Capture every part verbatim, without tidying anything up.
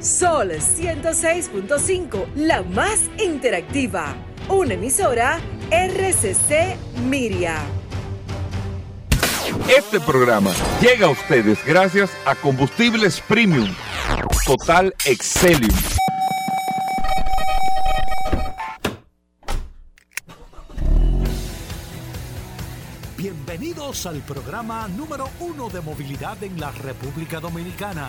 Sol ciento seis punto cinco, la más interactiva. Una emisora R C C Miria. Este programa llega a ustedes gracias a Combustibles Premium Total Excelium. Bienvenidos al programa número uno de movilidad en la República Dominicana.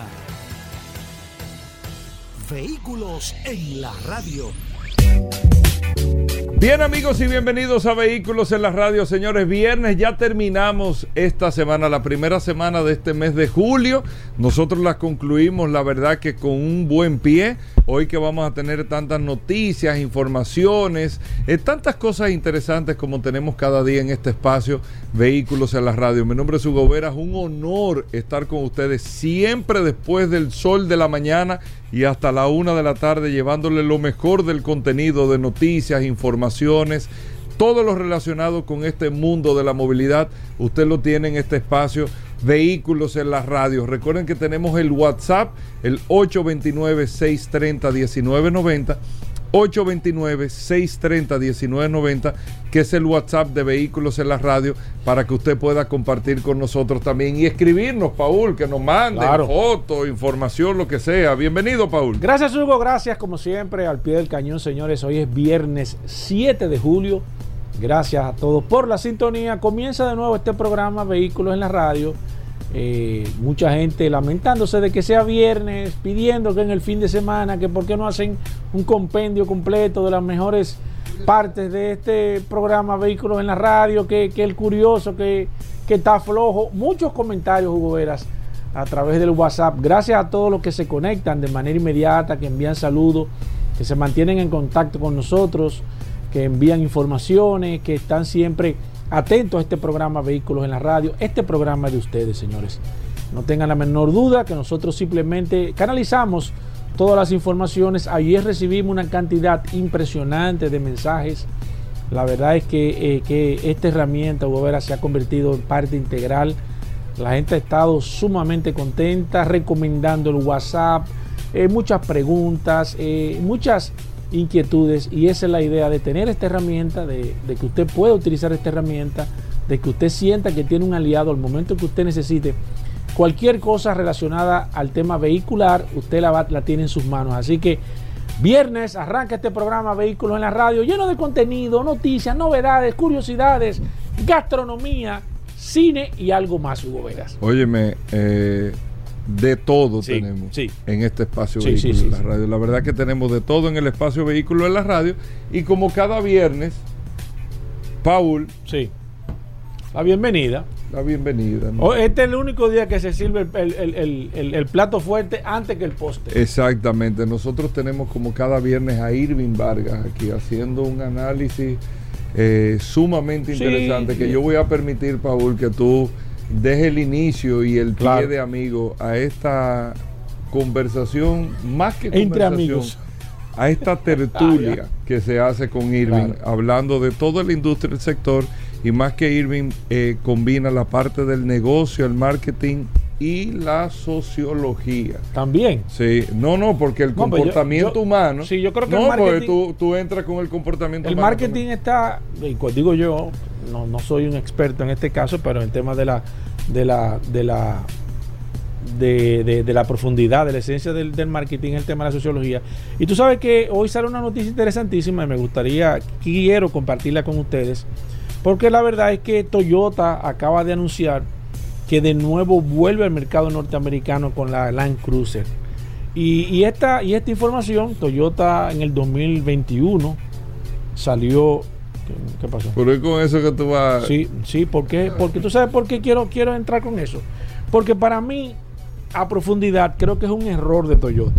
Vehículos en la radio. Bien, amigos, y bienvenidos a Vehículos en la Radio. Señores, viernes, ya terminamos esta semana, la primera semana de este mes de julio. Nosotros la concluimos, la verdad, que con un buen pie. Hoy que vamos a tener tantas noticias, informaciones, eh, tantas cosas interesantes como tenemos cada día en este espacio, Vehículos en la Radio. Mi nombre es Hugo Veras, un honor estar con ustedes siempre después del sol de la mañana y hasta la una de la tarde, llevándole lo mejor del contenido, de noticias, informaciones, todo lo relacionado con este mundo de la movilidad. Usted lo tiene en este espacio, Vehículos en la Radio. Recuerden que tenemos el WhatsApp, el ocho dos nueve, seis tres cero, uno nueve nueve cero, ocho dos nueve, seis tres cero, uno nueve nueve cero, que es el WhatsApp de Vehículos en la Radio, para que usted pueda compartir con nosotros también y escribirnos, Paul, que nos manden claro. fotos, información, lo que sea. Bienvenido, Paul. Gracias, Hugo, gracias como siempre, al pie del cañón, señores. Hoy es viernes siete de julio. Gracias a todos por la sintonía. Comienza de nuevo este programa Vehículos en la Radio. Eh, mucha gente lamentándose de que sea viernes, pidiendo que en el fin de semana, que por qué no hacen un compendio completo de las mejores partes de este programa Vehículos en la Radio, que, que el curioso, que, que está flojo. Muchos comentarios, Hugo Veras, a través del WhatsApp. Gracias a todos los que se conectan de manera inmediata, que envían saludos, que se mantienen en contacto con nosotros, que envían informaciones, que están siempre atentos a este programa Vehículos en la Radio. Este programa es de ustedes, señores. No tengan la menor duda que nosotros simplemente canalizamos todas las informaciones. Ayer recibimos una cantidad impresionante de mensajes. La verdad es que, eh, que esta herramienta, Hugo Vera, se ha convertido en parte integral. La gente ha estado sumamente contenta, recomendando el WhatsApp, eh, muchas preguntas, eh, muchas inquietudes, y esa es la idea de tener esta herramienta, de, de que usted pueda utilizar esta herramienta, de que usted sienta que tiene un aliado al momento que usted necesite cualquier cosa relacionada al tema vehicular. Usted la, va, la tiene en sus manos. Así que viernes arranca este programa Vehículos en la Radio, lleno de contenido, noticias, novedades, curiosidades, gastronomía, cine y algo más, Hugo Veras. Óyeme, eh de todo sí, tenemos sí. en este espacio sí, Vehículos sí, sí, en la Radio. Sí. La verdad que tenemos de todo en el espacio Vehículos en la Radio. Y como cada viernes, Paul. Sí. La bienvenida. La bienvenida. ¿no? Este es el único día que se sirve el, el, el, el, el plato fuerte antes que el postre. Exactamente. Nosotros tenemos como cada viernes a Irving Vargas aquí haciendo un análisis eh, sumamente interesante, sí, que sí. yo voy a permitir, Paul, que tú deje el inicio y el pie claro. de amigo a esta conversación, más que entre conversación, amigos, a esta tertulia ah, que se hace con Irving, claro. hablando de toda la industria del sector, y más que Irving eh, combina la parte del negocio, el marketing y la sociología. También. Sí, no, no, porque el no, comportamiento yo, yo, humano. Sí, yo creo que no, el marketing, porque tú, tú entras con el comportamiento el humano. El marketing también está, y digo yo, no, no soy un experto en este caso, pero en temas de la, de la, de la, de, de, de la profundidad, de la esencia del, del marketing, el tema de la sociología. Y tú sabes que hoy sale una noticia interesantísima y me gustaría, quiero compartirla con ustedes, porque la verdad es que Toyota acaba de anunciar que de nuevo vuelve al mercado norteamericano con la Land Cruiser. Y, y, esta, y esta información, Toyota en el dos mil veintiuno salió. ¿Qué, qué pasó? Pero es con eso que tú vas. Sí, sí, ¿por qué? Porque tú sabes por qué quiero, quiero entrar con eso. Porque para mí, a profundidad, creo que es un error de Toyota.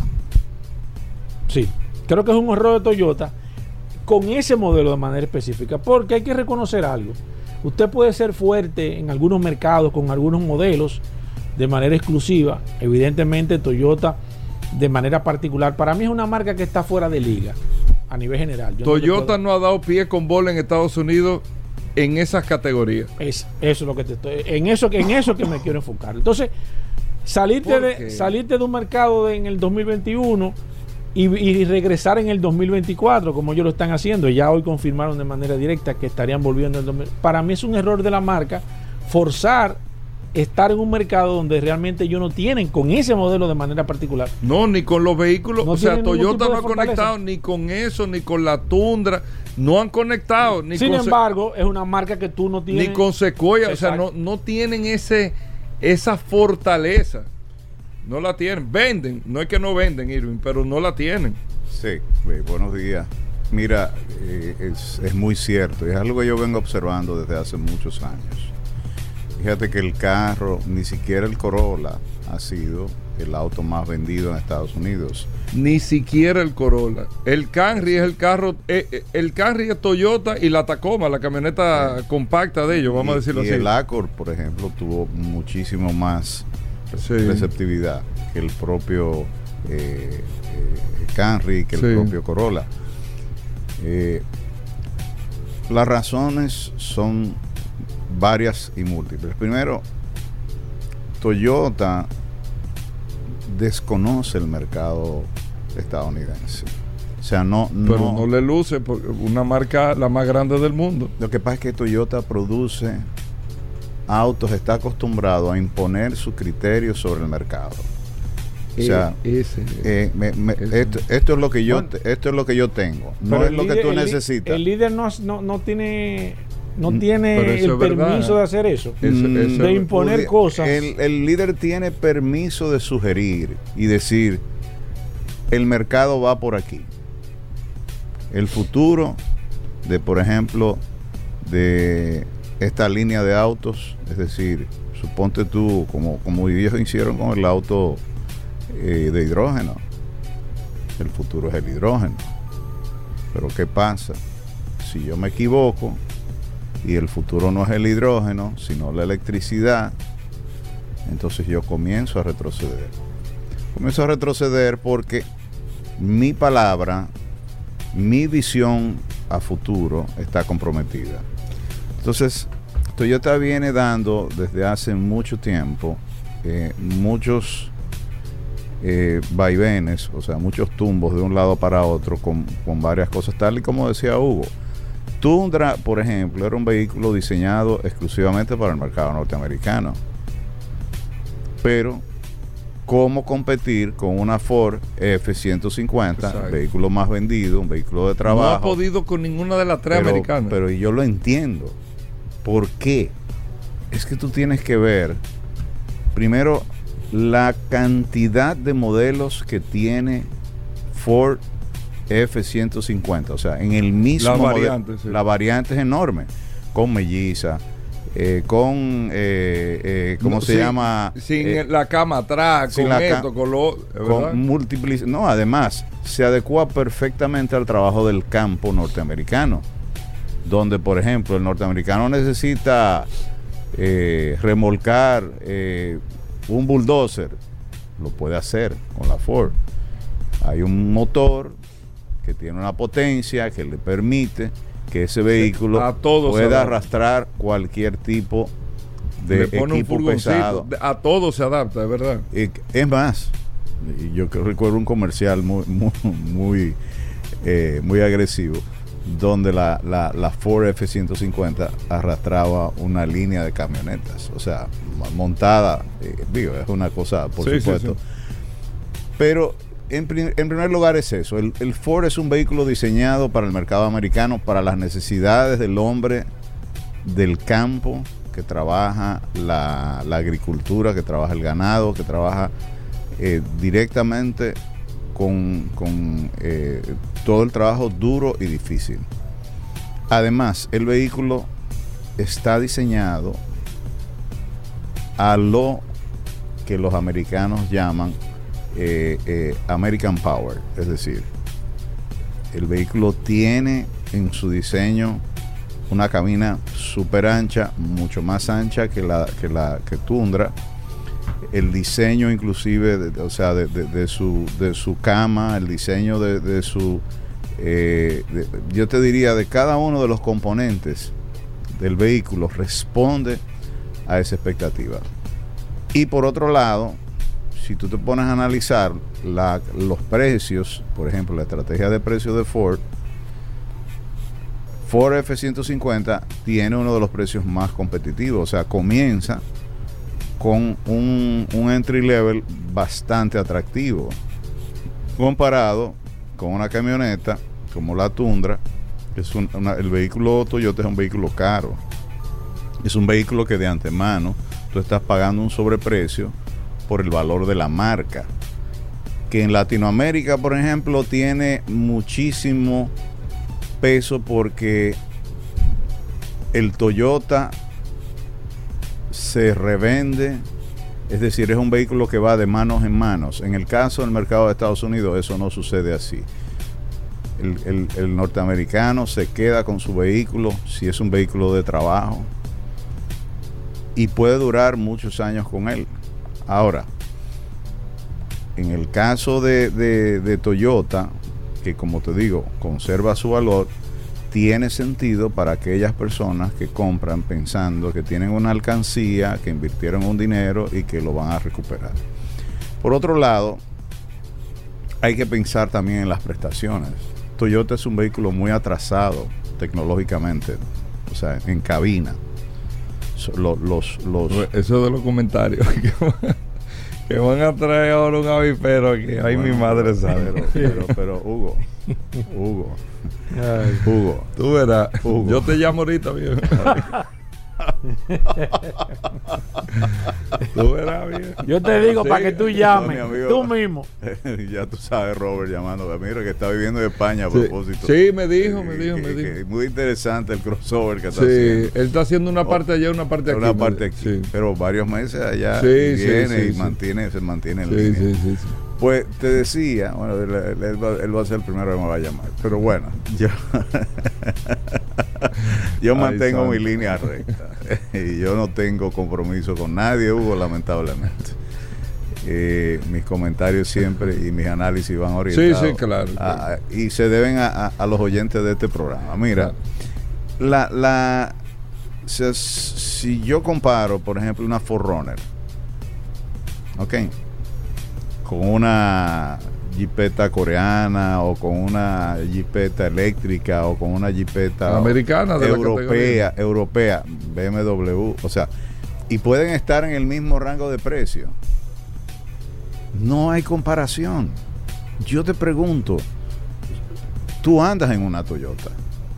Sí, creo que es un error de Toyota con ese modelo de manera específica. Porque hay que reconocer algo. Usted puede ser fuerte en algunos mercados con algunos modelos de manera exclusiva. Evidentemente Toyota de manera particular, para mí es una marca que está fuera de liga a nivel general. Yo Toyota no, no ha dado pie con bola en Estados Unidos en esas categorías. Es, eso es lo que te estoy, en eso, en eso que me quiero enfocar. Entonces, salirte de, salirte de un mercado de, en el dos mil veintiuno y, y regresar en el dos mil veinticuatro, como ellos lo están haciendo. Ya hoy confirmaron de manera directa que estarían volviendo en el dos mil. Para mí es un error de la marca forzar estar en un mercado donde realmente ellos no tienen con ese modelo de manera particular. No, ni con los vehículos. No o sea, Toyota no ha fortaleza. conectado ni con eso, ni con la Tundra. No han conectado. Ni Sin con embargo, es una marca que tú no tienes. Ni con Sequoia. O sea, Exacto. no, no tienen ese esa fortaleza. No la tienen. Venden. No es que no venden, Irving, pero no la tienen. Sí, eh, buenos días. Mira, eh, es, es muy cierto. Es algo que yo vengo observando desde hace muchos años. Fíjate que el carro, ni siquiera el Corolla, ha sido el auto más vendido en Estados Unidos. Ni siquiera el Corolla. El Camry es el carro, eh, el Camry es Toyota y la Tacoma, la camioneta sí. compacta de ellos, vamos y, a decirlo y así. El Accord, por ejemplo, tuvo muchísimo más sí. receptividad que el propio eh, eh, Camry, que el sí. propio Corolla. Eh, las razones son varias y múltiples. Primero, Toyota desconoce el mercado estadounidense. O sea, no, no. Pero no le luce porque una marca la más grande del mundo. Lo que pasa es que Toyota produce autos, está acostumbrado a imponer su criterio sobre el mercado. O sea, eh, ese, eh, me, me, ese. Esto, esto es lo que yo, bueno, esto es lo que yo tengo. No es lo líder, que tú el, necesitas. El líder no, no, no tiene. No tiene el es permiso verdad. de hacer eso, eso, eso de imponer puede, cosas. El, el líder tiene permiso de sugerir y decir, el mercado va por aquí. El futuro de, por ejemplo, de esta línea de autos, es decir, suponte tú, como, como ellos hicieron con el auto eh, de hidrógeno, el futuro es el hidrógeno. Pero ¿qué pasa? Si yo me equivoco, y el futuro no es el hidrógeno, sino la electricidad, entonces yo comienzo a retroceder. Comienzo a retroceder porque mi palabra, mi visión a futuro está comprometida. Entonces, Toyota viene dando desde hace mucho tiempo eh, muchos eh, vaivenes, o sea, muchos tumbos de un lado para otro con, con varias cosas, tal y como decía Hugo. Tundra, por ejemplo, era un vehículo diseñado exclusivamente para el mercado norteamericano. Pero, ¿cómo competir con una Ford F ciento cincuenta, Exacto. vehículo más vendido, un vehículo de trabajo? No ha podido con ninguna de las tres pero, americanas. Pero yo lo entiendo. ¿Por qué? Es que tú tienes que ver, primero, la cantidad de modelos que tiene Ford F ciento cincuenta, o sea, en el mismo la modelo, variante, sí. la variante es enorme, con melliza, eh, con eh, eh, ¿cómo no, se sin, llama? Sin eh, la cama atrás, con esto, con lo con múltiples, no, además se adecua perfectamente al trabajo del campo norteamericano, donde por ejemplo el norteamericano necesita eh, remolcar eh, un bulldozer, lo puede hacer con la Ford. Hay un motor que tiene una potencia que le permite que ese vehículo a todos pueda arrastrar cualquier tipo de equipo pesado. A todo se adapta, es verdad. Es más, yo recuerdo un comercial muy muy muy, eh, muy agresivo, donde la, la, la Ford F ciento cincuenta arrastraba una línea de camionetas, o sea, montada, eh, digo, es una cosa, por sí, supuesto. Sí, sí. Pero En, prim en primer lugar es eso, el, el Ford es un vehículo diseñado para el mercado americano, para las necesidades del hombre del campo que trabaja la, la agricultura, que trabaja el ganado, que trabaja eh, directamente con, con eh, todo el trabajo duro y difícil. Además, el vehículo está diseñado a lo que los americanos llaman Eh, eh, American Power, es decir, el vehículo tiene en su diseño una cabina súper ancha, mucho más ancha que la que la que Tundra. El diseño inclusive, de, o sea, de, de, de su de su cama, el diseño de, de su, eh, de, yo te diría, de cada uno de los componentes del vehículo responde a esa expectativa. Y por otro lado, si tú te pones a analizar la, los precios, por ejemplo, la estrategia de precios de Ford, Ford F ciento cincuenta tiene uno de los precios más competitivos, o sea, comienza con un, un entry level bastante atractivo, comparado con una camioneta como la Tundra, que es un, una, el vehículo Toyota es un vehículo caro, es un vehículo que de antemano tú estás pagando un sobreprecio por el valor de la marca, que en Latinoamérica, por ejemplo, tiene muchísimo peso porque el Toyota se revende, es decir, es un vehículo que va de manos en manos. En el caso del mercado de Estados Unidos eso no sucede así. El, el, el norteamericano se queda con su vehículo si es un vehículo de trabajo y puede durar muchos años con él. Ahora, en el caso de, de, de Toyota, que como te digo, conserva su valor, tiene sentido para aquellas personas que compran pensando que tienen una alcancía, que invirtieron un dinero y que lo van a recuperar. Por otro lado, hay que pensar también en las prestaciones. Toyota es un vehículo muy atrasado tecnológicamente, o sea, en cabina. Los, los, los... Eso de los comentarios que van a traer ahora un avipero aquí. Ay, bueno, mi madre sabe. Pero, pero, pero Hugo, Hugo, Ay. Hugo, tú verás. Hugo. Yo te llamo ahorita, viejo. Tú verás, viejo. Yo te digo sí, para que tú llames, no, amigo, tú mismo. Ya tú sabes, Robert, llamando. Mira que está viviendo en España a sí, propósito. Sí, me dijo, me dijo, que, me dijo. Que muy interesante el crossover que está sí, haciendo. Él está haciendo una parte allá, una parte aquí. Una parte aquí, sí. Pero varios meses allá sí, viene sí, sí, y sí. mantiene, se mantiene en sí, línea. Sí, sí, sí. Pues te decía, bueno, él, él, él, va, él va a ser el primero que me va a llamar. Pero bueno, yo, yo Ay, mantengo santo. mi línea recta. Y yo no tengo compromiso con nadie, Hugo, lamentablemente. Eh, mis comentarios siempre y mis análisis van orientados. Sí, sí, claro. A, a, y se deben a, a, a los oyentes de este programa. Mira, claro. la, la si, si yo comparo, por ejemplo, una cuatro runner, ok, con una jipeta coreana o con una jipeta eléctrica o con una jipeta americana de europea, europea, B M W, o sea, y pueden estar en el mismo rango de precio. No hay comparación. Yo te pregunto, tú andas en una Toyota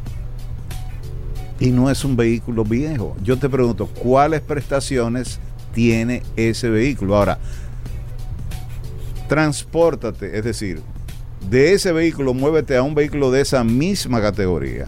y no es un vehículo viejo. Yo te pregunto, ¿cuáles prestaciones tiene ese vehículo? Ahora, transpórtate, es decir, de ese vehículo muévete a un vehículo de esa misma categoría.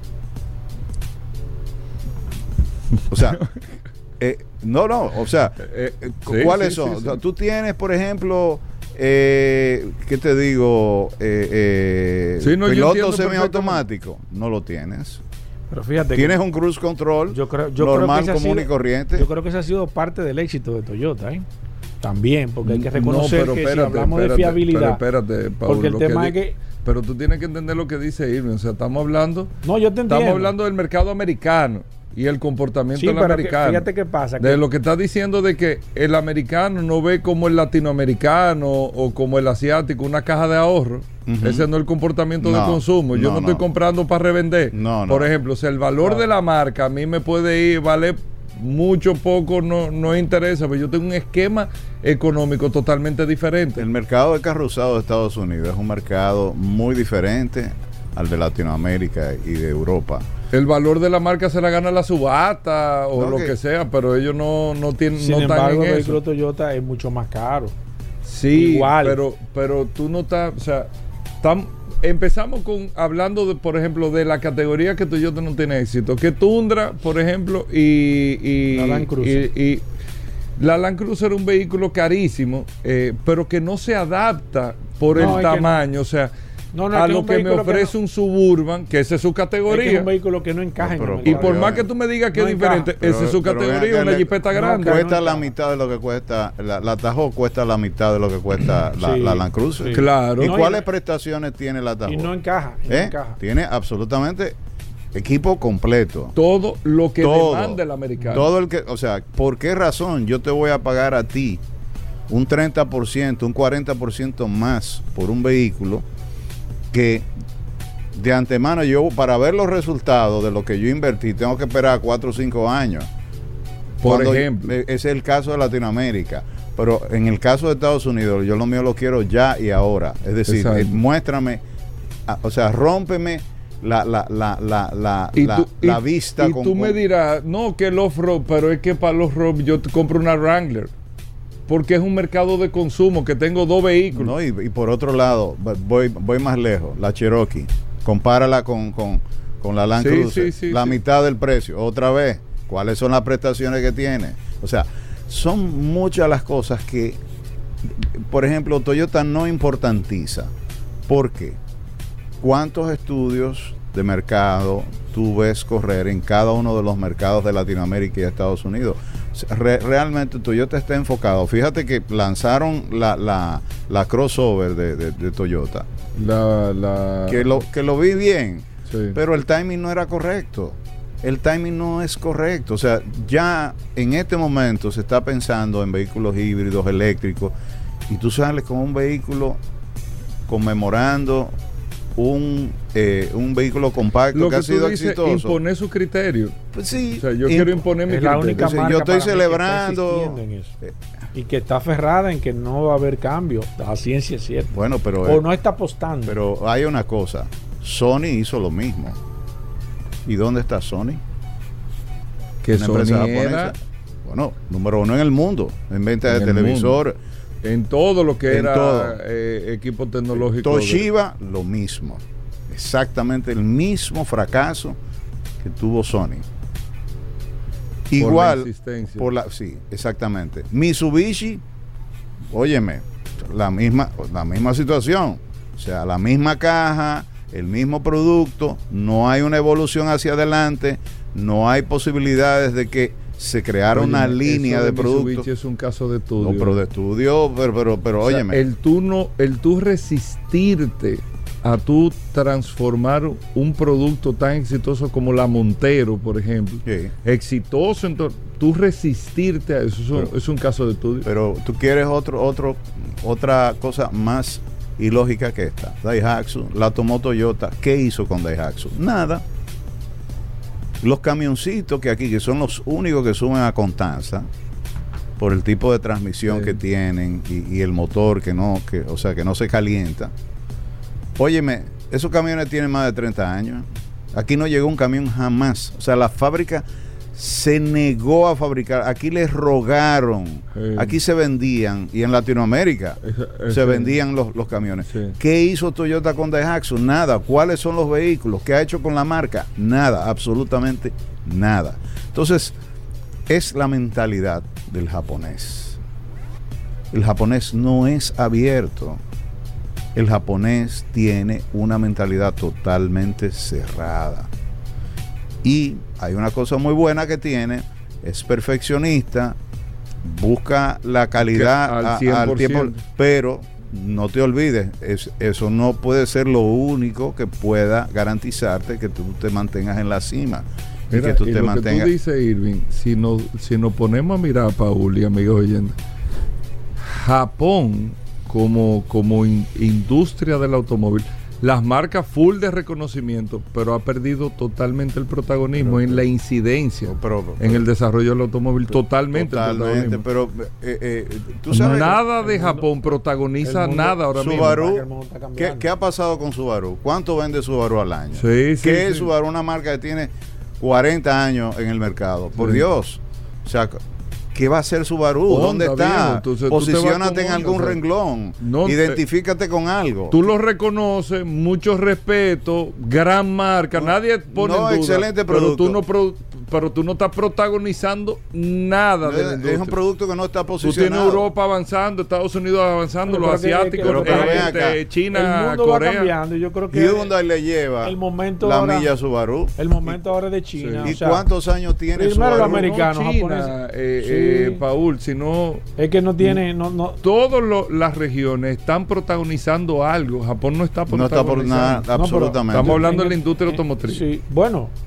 O sea, eh, no, no, o sea, eh, eh, ¿cuáles sí, sí, son? Sí, sí. O sea, tú tienes, por ejemplo, eh, ¿qué te digo? Eh, eh, sí, no, piloto semiautomático, no lo tienes. Pero fíjate, tienes un cruise control yo creo, yo normal, creo que común sido, y corriente. Yo creo que ese ha sido parte del éxito de Toyota, ¿eh? También, porque hay que reconocer no, pero que espérate, si hablamos espérate, de fiabilidad, pero espérate, Paul, porque el tema es que... Pero tú tienes que entender lo que dice Irving, o sea, estamos hablando... No, yo te entiendo. Estamos hablando del mercado americano y el comportamiento sí, del pero americano. Que, fíjate qué pasa. De que... lo que está diciendo de que el americano no ve como el latinoamericano o como el asiático una caja de ahorro. Uh-huh. Ese no es el comportamiento no, de consumo. Yo no, no estoy no. comprando para revender. No, no. Por ejemplo, si el valor no. de la marca a mí me puede ir, vale mucho, poco, no, no interesa, pero yo tengo un esquema económico totalmente diferente. El mercado de carros usados de Estados Unidos es un mercado muy diferente al de Latinoamérica y de Europa. El valor de la marca se la gana la subasta o no, lo que, que sea, pero ellos no, no tienen sin no embargo, están en el eso. vehículo Toyota es mucho más caro. Sí, igual. Pero, pero tú no estás, o sea, tam, empezamos con hablando de, por ejemplo, de la categoría que Toyota no tiene éxito, que Tundra, por ejemplo, y, y la Land Cruiser. Y, y la Land Cruiser es un vehículo carísimo, eh, pero que no se adapta por no, el tamaño, no. o sea, no, no, a lo que, que me ofrece que no. un Suburban, que esa es su categoría. Es, que es un vehículo que no encaja no, pero, en el Y por más que tú me digas que no es diferente, pero, esa es su categoría, una jipeta grande. Cuesta la mitad de lo que cuesta, la, la Tahoe cuesta la mitad de lo que cuesta la, sí, la Land Cruiser. Sí. Claro. ¿Y no, cuáles y, prestaciones tiene la Tahoe? Y no encaja. Y ¿Eh? no encaja. Tiene absolutamente equipo completo. Todo lo que todo, demanda el americano. Todo el que, o sea, ¿por qué razón yo te voy a pagar a ti un treinta por ciento, un cuarenta por ciento más por un vehículo que de antemano yo, para ver los resultados de lo que yo invertí, tengo que esperar cuatro o cinco años. Por Cuando, ejemplo. ese es el caso de Latinoamérica. Pero en el caso de Estados Unidos, yo lo mío lo quiero ya y ahora. Es decir, eh, muéstrame, a, o sea, rómpeme la, la, la, la, la, y la, tú, la y, vista. Y con, tú me con, dirás, no, que el off-road, pero es que para el off-road yo te compro una Wrangler. Porque es un mercado de consumo, que tengo dos vehículos. No, y, y por otro lado, voy, voy más lejos, la Cherokee. Compárala con, con, con la Land Sí, Cruiser. sí, sí, la sí. mitad del precio. Otra vez, ¿cuáles son las prestaciones que tiene? O sea, son muchas las cosas que, por ejemplo, Toyota no importantiza. ¿Por qué? ¿Cuántos estudios de mercado tú ves correr en cada uno de los mercados de Latinoamérica y Estados Unidos? O sea, re, realmente Toyota está enfocado. Fíjate que lanzaron la, la, la crossover de, de, de Toyota. La, la... Que lo, que lo vi bien, Sí. pero el timing no era correcto. El timing no es correcto. O sea, ya en este momento se está pensando en vehículos híbridos, eléctricos, y tú sales con un vehículo conmemorando un, eh, un vehículo compacto Lo que, que ha sido tú dices, exitoso. imponer su criterio. Pues sí, O sea, yo imp- quiero imponer mi Es la criterio. única Entonces, marca yo estoy para mí que celebrando- está existiendo en eso. eh, Y que está aferrada en que no va a haber cambio. La ciencia es cierta. Bueno, pero, O eh, no está apostando. pero hay una cosa. Sony hizo lo mismo. ¿Y dónde está Sony? Que Una Sony empresa era japonesa. Bueno, número uno en el mundo en venta En de el televisor. en todo lo que En era todo. eh, equipo tecnológico. de- Toshiba, lo mismo. Exactamente el mismo fracaso que tuvo Sony. la Igual, insistencia. por la, sí, exactamente. Mitsubishi, óyeme, la misma, la misma situación. O sea, la misma caja, el mismo producto, no hay una evolución hacia adelante, no hay posibilidades de que se creara Oye, una eso línea de, productos. Mitsubishi es un caso de estudio. No, pero de estudio, pero, pero, pero O sea, óyeme. el tú no, el tú resistirte a tú transformar un producto tan exitoso como la Montero, por ejemplo, Sí. exitoso, entonces tú resistirte a eso es un, Pero- es un caso de estudio. Pero tú quieres otro, otro, otra cosa más ilógica que esta. Daihatsu, la tomó Toyota. ¿Qué hizo con Daihatsu? Nada. Los camioncitos que aquí, que son los únicos que suben a Constanza, por el tipo de transmisión Sí. que tienen y, y el motor que no, que, o sea, que no se calienta. Óyeme, esos camiones tienen más de treinta años. Aquí no llegó un camión jamás. O sea, la fábrica se negó a fabricar. Aquí les rogaron. Sí. Aquí se vendían. Y en Latinoamérica Ese- se ese- vendían los, los camiones. Sí. ¿Qué hizo Toyota con Daihatsu? Nada. ¿Cuáles son los vehículos? ¿Qué ha hecho con la marca? Nada. Absolutamente nada. Entonces, es la mentalidad del japonés. El japonés no es abierto. El japonés tiene una mentalidad totalmente cerrada. Y hay una cosa muy buena que tiene, es perfeccionista, busca la calidad Que al a- cien por al tiempo, ciento. pero no te olvides, es- eso no puede ser lo único que pueda garantizarte que tú te mantengas en la cima. Y Mira, que tú y te lo mantengas. que tú dices, Irving, si nos, si nos ponemos a mirar, Paul y amigos oyentes, Japón como, como in- industria del automóvil, las marcas full de reconocimiento, pero ha perdido totalmente el protagonismo Pero- en la incidencia, pero- pero- en el desarrollo del automóvil, totalmente, el Totalmente, protagonismo. pero eh, eh, tú sabes Nada el de mundo- Japón protagoniza el mundo- nada ahora mismo. Subaru, El mundo está ¿qué, cambiando. qué ha pasado con Subaru? ¿Cuánto vende Subaru al año? Sí, sí, ¿Qué sí. es Subaru? Una marca que tiene cuarenta años en el mercado. Por Sí. Dios. O sea, ¿qué va a hacer Subaru? Honda, ¿Dónde está? viejo. Entonces, tú te vas Posiciónate con en Honda, algún o sea, renglón. no, eh, Identifícate con algo. Tú lo reconoces, mucho respeto, gran marca, No, nadie pone no, en duda, excelente pero producto. tú no pro- pero tú no estás protagonizando nada de la es, es industria. un producto que no está Tú posicionado. tienes Europa avanzando, Estados Unidos avanzando, Pero los creo que- asiáticos, que- los pero ven canadienses, acá. el China, mundo va Corea. cambiando y yo creo que Hyundai le lleva el momento la ahora- milla a Subaru. el momento ahora es de China. ¿Y o sea, cuántos años tiene primero Subaru? los americanos, No China, japoneses. eh, Sí. eh, Paul, sino es que no tiene, no, no, todas lo- las regiones están protagonizando algo. Japón no está No está por protagonizando. nada, No, pero absolutamente. Estamos hablando en de la el- industria en- automotriz. Sí, bueno,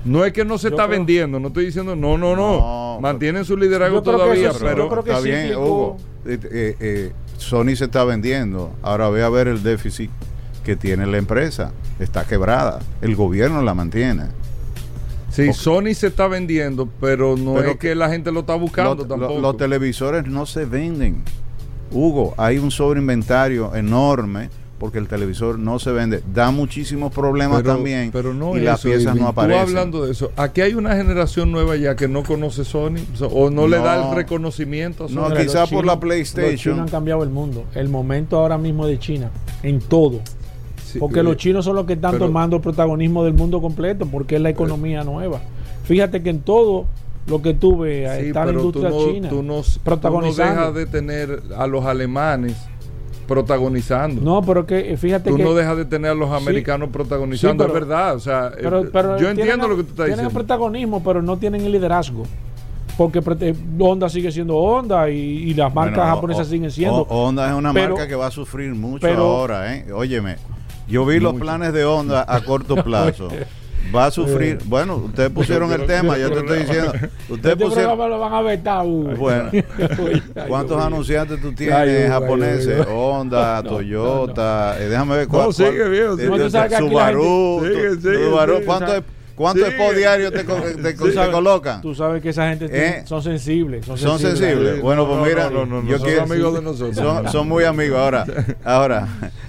No es que no se Yo está creo- vendiendo, no estoy diciendo, no, no, no. No, Mantienen su liderazgo Yo creo que todavía, eso sí, pero yo creo que está sí, bien, cíclico. Hugo. Eh, eh, eh, Sony se está vendiendo. Ahora ve a ver el déficit que tiene la empresa. Está quebrada. El gobierno la mantiene. sí, Ok. Sony se está vendiendo, pero no Pero es que la gente lo está buscando Los, tampoco. los- los televisores no se venden. Hugo, hay un sobreinventario enorme porque el televisor no se vende. Da muchísimos problemas pero, también pero no y las eso, piezas Irving. no aparecen. Tú hablando de eso, aquí hay una generación nueva ya que no conoce Sony so- o no, le da No. el reconocimiento a Sony. No, Mira, quizá los por la chinos- PlayStation. Los chinos han cambiado el mundo. El momento ahora mismo de China, en todo. Sí, Porque eh, los chinos son los que están pero- tomando el protagonismo del mundo completo, porque es la economía nueva. Fíjate que en todo lo que tuve sí, está la pero industria tú no, china tú no, tú no protagonizando. dejas de tener a los alemanes protagonizando. No, pero que eh, fíjate Tú que no dejas de tener a los Sí. americanos protagonizando, Sí, pero- es verdad. O sea, eh, pero, pero yo tienen entiendo el- lo que tú estás tienen el diciendo. protagonismo, pero no tienen el liderazgo. Porque eh, Honda sigue siendo Honda y, y las marcas Bueno, japonesas o- siguen siendo. o- Honda es una Pero- marca que va a sufrir mucho pero- ahora, ¿eh? Óyeme, yo vi los Mucho. planes de Honda a corto plazo. Va a sufrir. Bueno, ustedes pusieron el tema, yo te estoy diciendo. Ustedes este pusieron. programa lo van a vetar, Hugo. Bueno, Ay, ¿cuántos Dios mío. anunciantes tú tienes Ay, Hugo, japoneses? ay, Hugo. Honda, No, Toyota. eh, déjame ver No, cuál. sigue, cuál- viejo, de- sigue. de- Tú sabes que aquí la Subaru. gente- tu- Sigue, sigue, Subaru, sigue. ¿Cuánto, Tú cuánto Sigue. es diario te, co- te, Tú te sabes- colocan? Tú sabes que esa gente ¿Eh? son sensibles. Son Son sensibles. sensibles. Sí, Bueno, no, pues no, mira, no, no, no, yo son quiero- amigos de nosotros. Son, son muy amigos. Ahora, ahora.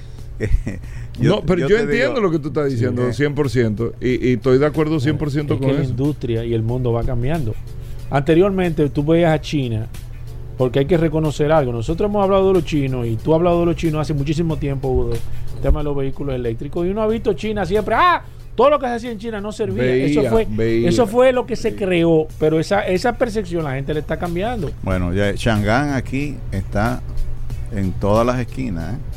no, pero yo, te entiendo digo- lo que tú estás diciendo, eh. cien por ciento. Y, y estoy de acuerdo cien por ciento Es con que la eso. industria y el mundo va cambiando. Anteriormente tú veías a China, porque hay que reconocer algo. Nosotros hemos hablado de los chinos y tú has hablado de los chinos hace muchísimo tiempo, Hugo, del tema de los vehículos eléctricos. Y uno ha visto China siempre, ah, todo lo que se hacía en China no servía. Veía, eso, fue, veía. eso fue lo que se creó, pero esa, esa percepción la gente le está cambiando. Bueno, ya Chang'an aquí está en todas las esquinas. ¿eh?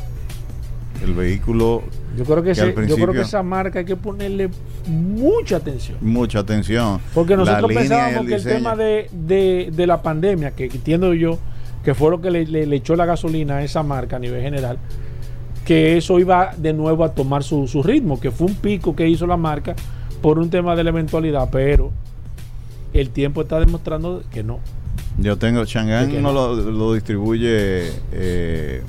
El vehículo, Yo creo que, Que ese- al yo creo principio- que esa marca hay que ponerle mucha atención. mucha atención. Porque La nosotros línea y pensábamos que el diseño. tema de, de, de la pandemia, que entiendo yo, que fue lo que le, le- le echó la gasolina a esa marca a nivel general, que eso iba de nuevo a tomar su, su ritmo, que fue un pico que hizo la marca por un tema de la eventualidad, pero el tiempo está demostrando que no. Yo tengo, ¿De Chang'an qué no no? lo, lo distribuye eh,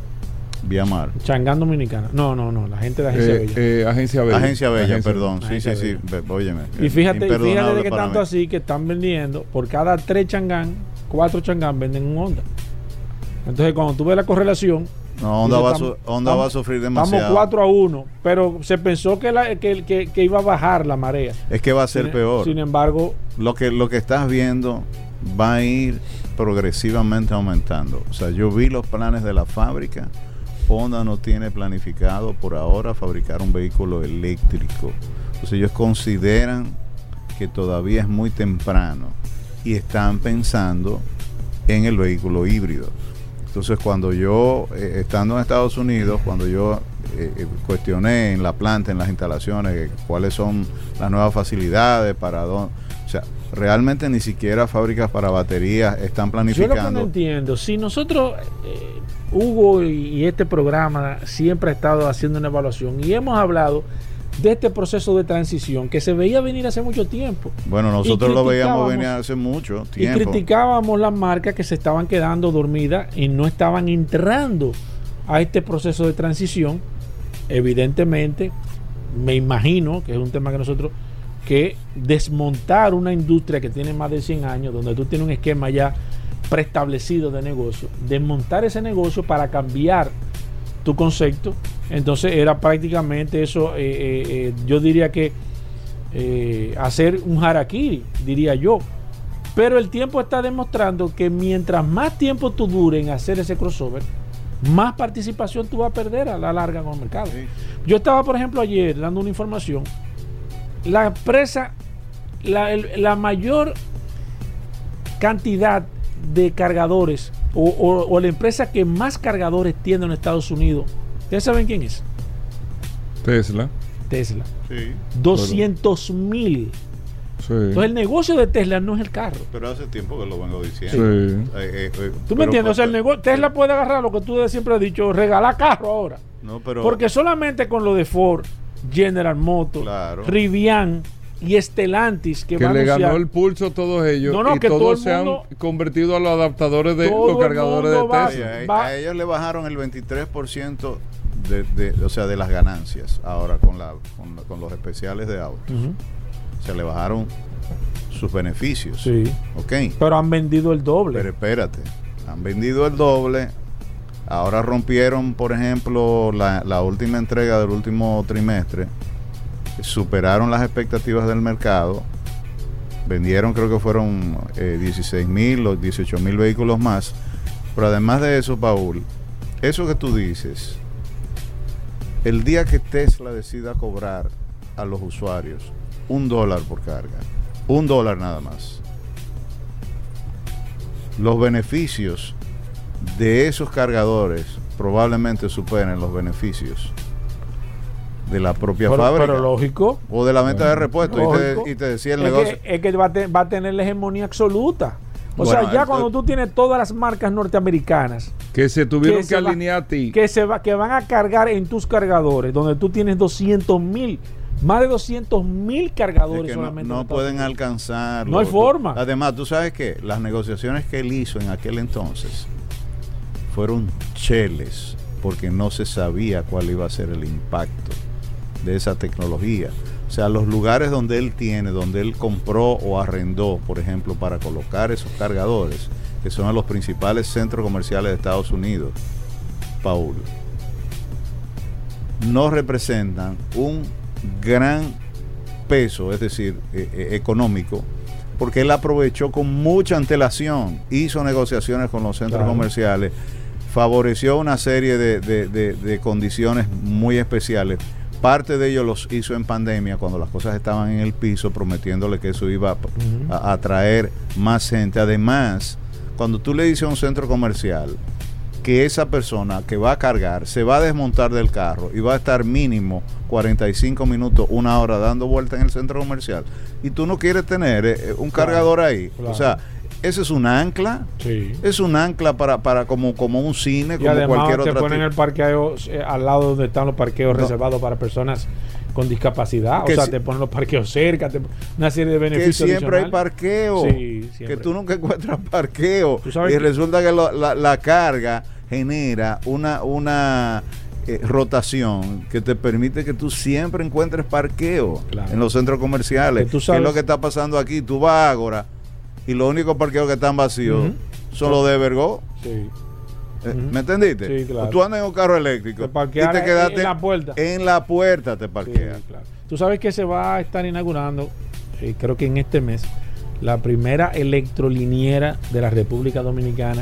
vía mar. Chang'an Dominicana. No, no, no, la gente de Agencia Eh, Bella. eh, Agencia Bella. Agencia Bella, Agencia- perdón. Sí, Agencia sí, sí. Bella. Ve- Óyeme. Y fíjate, imperdonable fíjate de que para tanto mí. así que están vendiendo, por cada tres Chang'an, cuatro Chang'an venden un Honda. Entonces, cuando tú ves la correlación, No, Honda, dice, va, a estamos- su- Honda va a estamos- sufrir estamos demasiado. cuatro a uno, pero se pensó que, la, que, que- que iba a bajar la marea. Es que va a ser Sin- peor. Sin embargo, Lo que, lo que estás viendo va a ir progresivamente aumentando. O sea, yo vi los planes de la fábrica. Honda no tiene planificado por ahora fabricar un vehículo eléctrico. Entonces ellos consideran que todavía es muy temprano y están pensando en el vehículo híbrido. Entonces cuando yo, eh, estando en Estados Unidos, cuando yo eh, eh, cuestioné en la planta, en las instalaciones, eh, cuáles son las nuevas facilidades, para dónde, o sea, realmente ni siquiera fábricas para baterías están yo lo que no planificando. entiendo, si nosotros, eh, Hugo y, y este programa siempre ha estado haciendo una evaluación y hemos hablado de este proceso de transición que se veía venir hace mucho tiempo. Bueno, nosotros lo veíamos criticábamos- venir hace mucho Y tiempo. criticábamos las marcas que se estaban quedando dormidas y no estaban entrando a este proceso de transición. Evidentemente, me imagino que es un tema que nosotros, que desmontar una industria que tiene más de cien años, donde tú tienes un esquema ya preestablecido de negocio, desmontar ese negocio para cambiar tu concepto, entonces era prácticamente eso, eh, eh, eh, yo diría que eh, hacer un harakiri, diría yo. Pero el tiempo está demostrando que mientras más tiempo tú dure en hacer ese crossover, más participación tú vas a perder a la larga con el mercado. Sí. Yo estaba, por ejemplo, ayer dando una información. La empresa, la, el- la mayor cantidad de cargadores o, o- o la empresa que más cargadores tiene en Estados Unidos, ¿ustedes saben quién es? Tesla. Tesla. Sí, doscientos mil. Sí. Entonces el negocio de Tesla no es el carro. pero hace tiempo que lo vengo Sí. diciendo. Eh, eh, eh, ¿Tú me pero- entiendes? O sea, el negocio, Tesla puede agarrar lo que tú siempre has dicho, regalar carro ahora. No, pero Porque solamente con lo de Ford, General Motors, Claro. Rivian, y Stellantis que, que va a le anunciar, ganó el pulso a todos ellos no, no, y que todos todo el se mundo, han convertido a los adaptadores de todo los el cargadores de mundo va- Tesla. Sí, a, va- a ellos le bajaron el veintitrés por ciento de, de, o sea, de las ganancias ahora con, la, con, la- con los especiales de autos. Ujú. Se le bajaron sus beneficios. Sí, Ok. pero han vendido el doble. Pero espérate, han vendido el doble. Ahora rompieron, por ejemplo, la, la última entrega del último trimestre. Superaron las expectativas del mercado. Vendieron, creo que fueron eh, dieciséis mil o dieciocho mil vehículos más. Pero además de eso, Paul, eso que tú dices, el día que Tesla decida cobrar a los usuarios un dólar por carga, un dólar nada más, los beneficios de esos cargadores probablemente superen los beneficios de la propia pero, fábrica pero lógico. o de la venta de repuestos. Y Lógico. te, y te decía el Es negocio. que, es que va, a te- va a tener la hegemonía absoluta. O Bueno, sea, ya entonces- cuando tú tienes todas las marcas norteamericanas Que se tuvieron que que, se va- alinear a ti. que se va, que van a cargar en tus cargadores, donde tú tienes doscientos mil, más de doscientos mil Es cargadores que no, solamente. no en Estados pueden Unidos. alcanzarlo. No hay forma. Además, tú sabes que las negociaciones que él hizo en aquel entonces fueron cheles, porque no se sabía cuál iba a ser el impacto de esa tecnología. O sea, los lugares donde él tiene, donde él compró o arrendó, por ejemplo, para colocar esos cargadores, que son en los principales centros comerciales de Estados Unidos, Paul, no representan un gran peso, es decir, eh, eh, económico, porque él aprovechó con mucha antelación, hizo negociaciones con los centros Claro. comerciales, favoreció una serie de, de- de- de condiciones muy especiales. Parte de ellos los hizo en pandemia, cuando las cosas estaban en el piso, prometiéndole que eso iba a, Ujú. a atraer más gente. Además, cuando tú le dices a un centro comercial que esa persona que va a cargar se va a desmontar del carro y va a estar mínimo cuarenta y cinco minutos, una hora dando vuelta en el centro comercial, y tú no quieres tener eh, un Claro, cargador ahí, claro. o sea, ese es un ancla, Sí. es un ancla para, para como, como un cine, Y como además cualquier te otra ponen el parqueo eh, al lado donde están los parqueos No. reservados para personas con discapacidad. Que o sea, si- te ponen los parqueos cerca, te- una serie de que beneficios siempre hay adicionales. parqueo, Sí, siempre. que tú nunca encuentras parqueo, Tú sabes y que- resulta que lo- la, la carga genera una, una eh, rotación que te permite que tú siempre encuentres parqueo Claro. en los centros comerciales. Que tú ¿Qué sabes- es lo que está pasando aquí? Tú vas a Ágora y los únicos parqueos que están vacíos Ujú. son los de Evergo. Sí. Eh, Ujú. ¿Me entendiste? Sí, claro. O tú andas en un carro eléctrico Te parqueas y te en- quedaste en la puerta. En la puerta te Sí, parqueas. claro. Tú sabes que se va a estar inaugurando, eh, creo que en este mes, la primera electroliniera de la República Dominicana,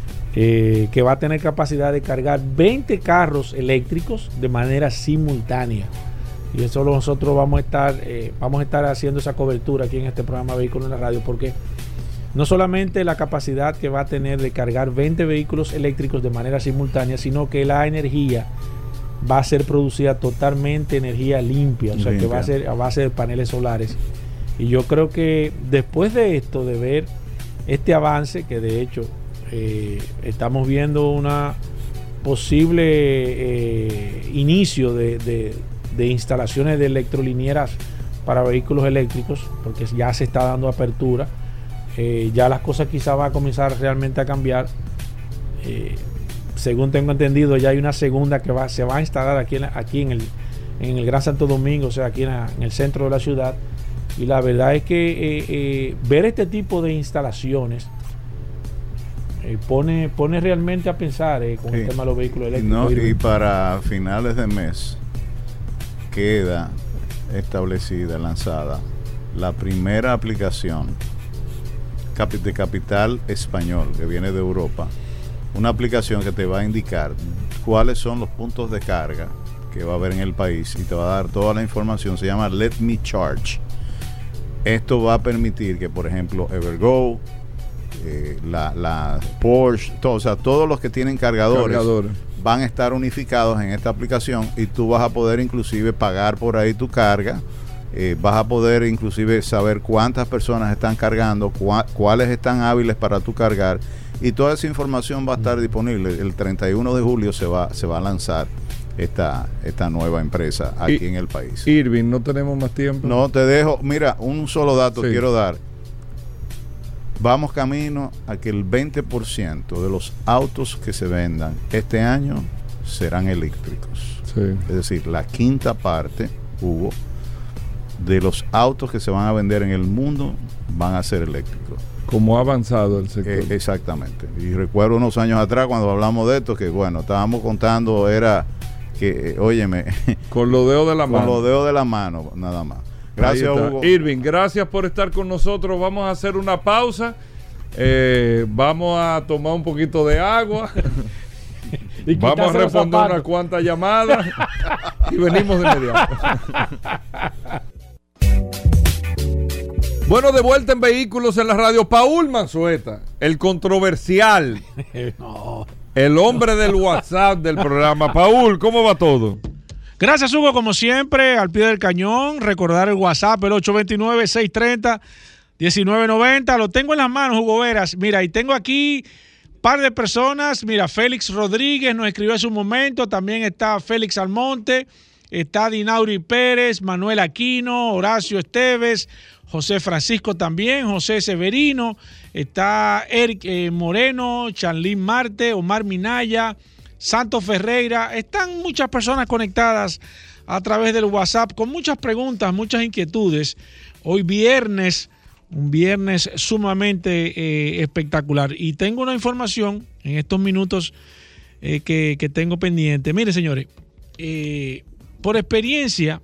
eh, que va a tener capacidad de cargar veinte carros eléctricos de manera simultánea. Y eso nosotros vamos a estar, eh, vamos a estar haciendo esa cobertura aquí en este programa Vehículos en la Radio, porque no solamente la capacidad que va a tener de cargar veinte vehículos eléctricos de manera simultánea, sino que la energía va a ser producida totalmente energía limpia, o sea que Limpia. va a ser a base de paneles solares. Y yo creo que después de esto, de ver este avance, que de hecho eh, estamos viendo una posible eh, inicio de, de- de instalaciones de electrolinieras para vehículos eléctricos, porque ya se está dando apertura, eh, ya las cosas quizás van a comenzar realmente a cambiar. Eh, según tengo entendido, ya hay una segunda que va, se va a instalar aquí en, la- aquí en el, en el Gran Santo Domingo, o sea, aquí en, la- en el centro de la ciudad. Y la verdad es que eh, eh, ver este tipo de instalaciones eh, pone, pone realmente a pensar eh, con Sí. el tema de los vehículos Y, eléctricos. no, Irving. y para finales de mes queda establecida, lanzada, la primera aplicación capi- de capital español que viene de Europa. Una aplicación que te va a indicar cuáles son los puntos de carga que va a haber en el país y te va a dar toda la información. Se llama Let Me Charge. Esto va a permitir que, por ejemplo, Evergo, eh, la, la Porsche, todo, o sea, todos los que tienen cargadores, Cargadores. van a estar unificados en esta aplicación y tú vas a poder inclusive pagar por ahí tu carga. Eh, vas a poder inclusive saber cuántas personas están cargando, cua- cuáles están hábiles para tu cargar, y toda esa información va a estar disponible. El treinta y uno de julio se va, se va a lanzar esta, esta nueva empresa aquí I, en el país. Irving, no tenemos más tiempo. No, te dejo, mira, un solo dato sí. quiero dar. Vamos camino a que el veinte por ciento de los autos que se vendan este año serán eléctricos. Sí. Es decir, la quinta parte, Hugo, de los autos que se van a vender en el mundo van a ser eléctricos. Como ha avanzado el sector. Eh, exactamente. Y recuerdo unos años atrás cuando hablamos de esto, que bueno, estábamos contando, era que, eh, óyeme, con los dedos de la con mano. Con los dedos de la mano, nada más. Gracias, Hugo. Irving, gracias por estar con nosotros. Vamos a hacer una pausa. Eh, vamos a tomar un poquito de agua. Y vamos a responder unas cuantas llamadas. Y venimos de inmediato. Bueno, de vuelta en Vehículos en la Radio. Paul Manzueta, el controversial. No. El hombre del WhatsApp del programa. Paul, ¿cómo va todo? Gracias, Hugo, como siempre, al pie del cañón. Recordar el WhatsApp, el ocho dos nueve, seis tres cero, uno nueve nueve cero. Lo tengo en las manos, Hugo Veras. Mira, y tengo aquí un par de personas. Mira, Félix Rodríguez nos escribió hace un momento. También está Félix Almonte. Está Dinauri Pérez, Manuel Aquino, Horacio Esteves, José Francisco también, José Severino. Está Eric eh, Moreno, Chanlín Marte, Omar Minaya, Santos Ferreira. Están muchas personas conectadas a través del WhatsApp con muchas preguntas, muchas inquietudes. Hoy viernes, un viernes sumamente eh, espectacular. Y tengo una información en estos minutos eh, que, que tengo pendiente. Mire, señores, eh, por experiencia,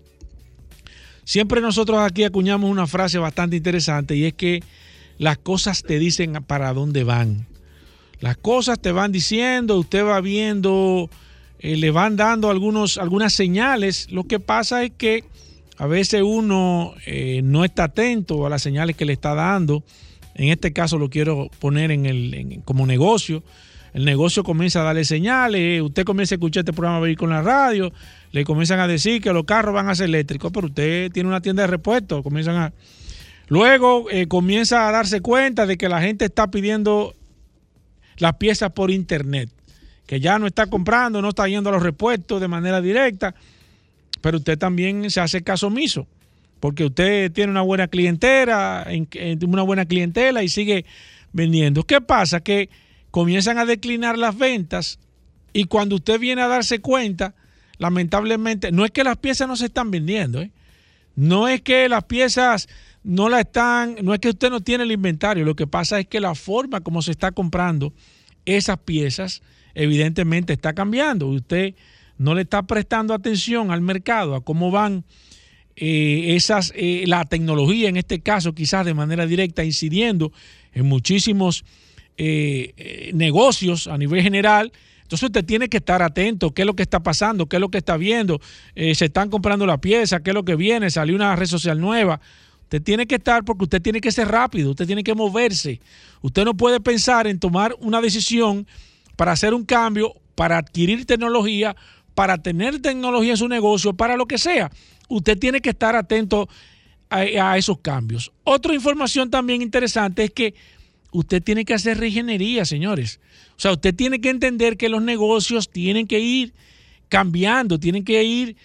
siempre nosotros aquí acuñamos una frase bastante interesante y es que las cosas te dicen para dónde van. Las cosas te van diciendo, usted va viendo, eh, le van dando algunos, algunas señales. Lo que pasa es que a veces uno eh, no está atento a las señales que le está dando. En este caso lo quiero poner en el, en, como negocio. El negocio comienza a darle señales. Usted comienza a escuchar este programa Vehículos en la Radio. Le comienzan a decir que los carros van a ser eléctricos, pero usted tiene una tienda de repuestos. Comienzan a... Luego eh, comienza a darse cuenta de que la gente está pidiendo las piezas por internet, que ya no está comprando, no está yendo a los repuestos de manera directa, pero usted también se hace caso omiso, porque usted tiene una buena clientela, una buena clientela y sigue vendiendo. ¿Qué pasa? Que comienzan a declinar las ventas y cuando usted viene a darse cuenta, lamentablemente, no es que las piezas no se están vendiendo, ¿eh? No es que las piezas no la están, no es que usted no tiene el inventario, lo que pasa es que la forma como se está comprando esas piezas evidentemente está cambiando. Usted no le está prestando atención al mercado, a cómo van eh, esas, eh, la tecnología en este caso quizás de manera directa incidiendo en muchísimos eh, eh, negocios a nivel general. Entonces usted tiene que estar atento, qué es lo que está pasando, qué es lo que está viendo, eh, se están comprando la pieza, qué es lo que viene, salió una red social nueva. Usted tiene que estar porque usted tiene que ser rápido, usted tiene que moverse. Usted no puede pensar en tomar una decisión para hacer un cambio, para adquirir tecnología, para tener tecnología en su negocio, para lo que sea. Usted tiene que estar atento a, a esos cambios. Otra información también interesante es que usted tiene que hacer reingeniería, señores. O sea, usted tiene que entender que los negocios tienen que ir cambiando, tienen que ir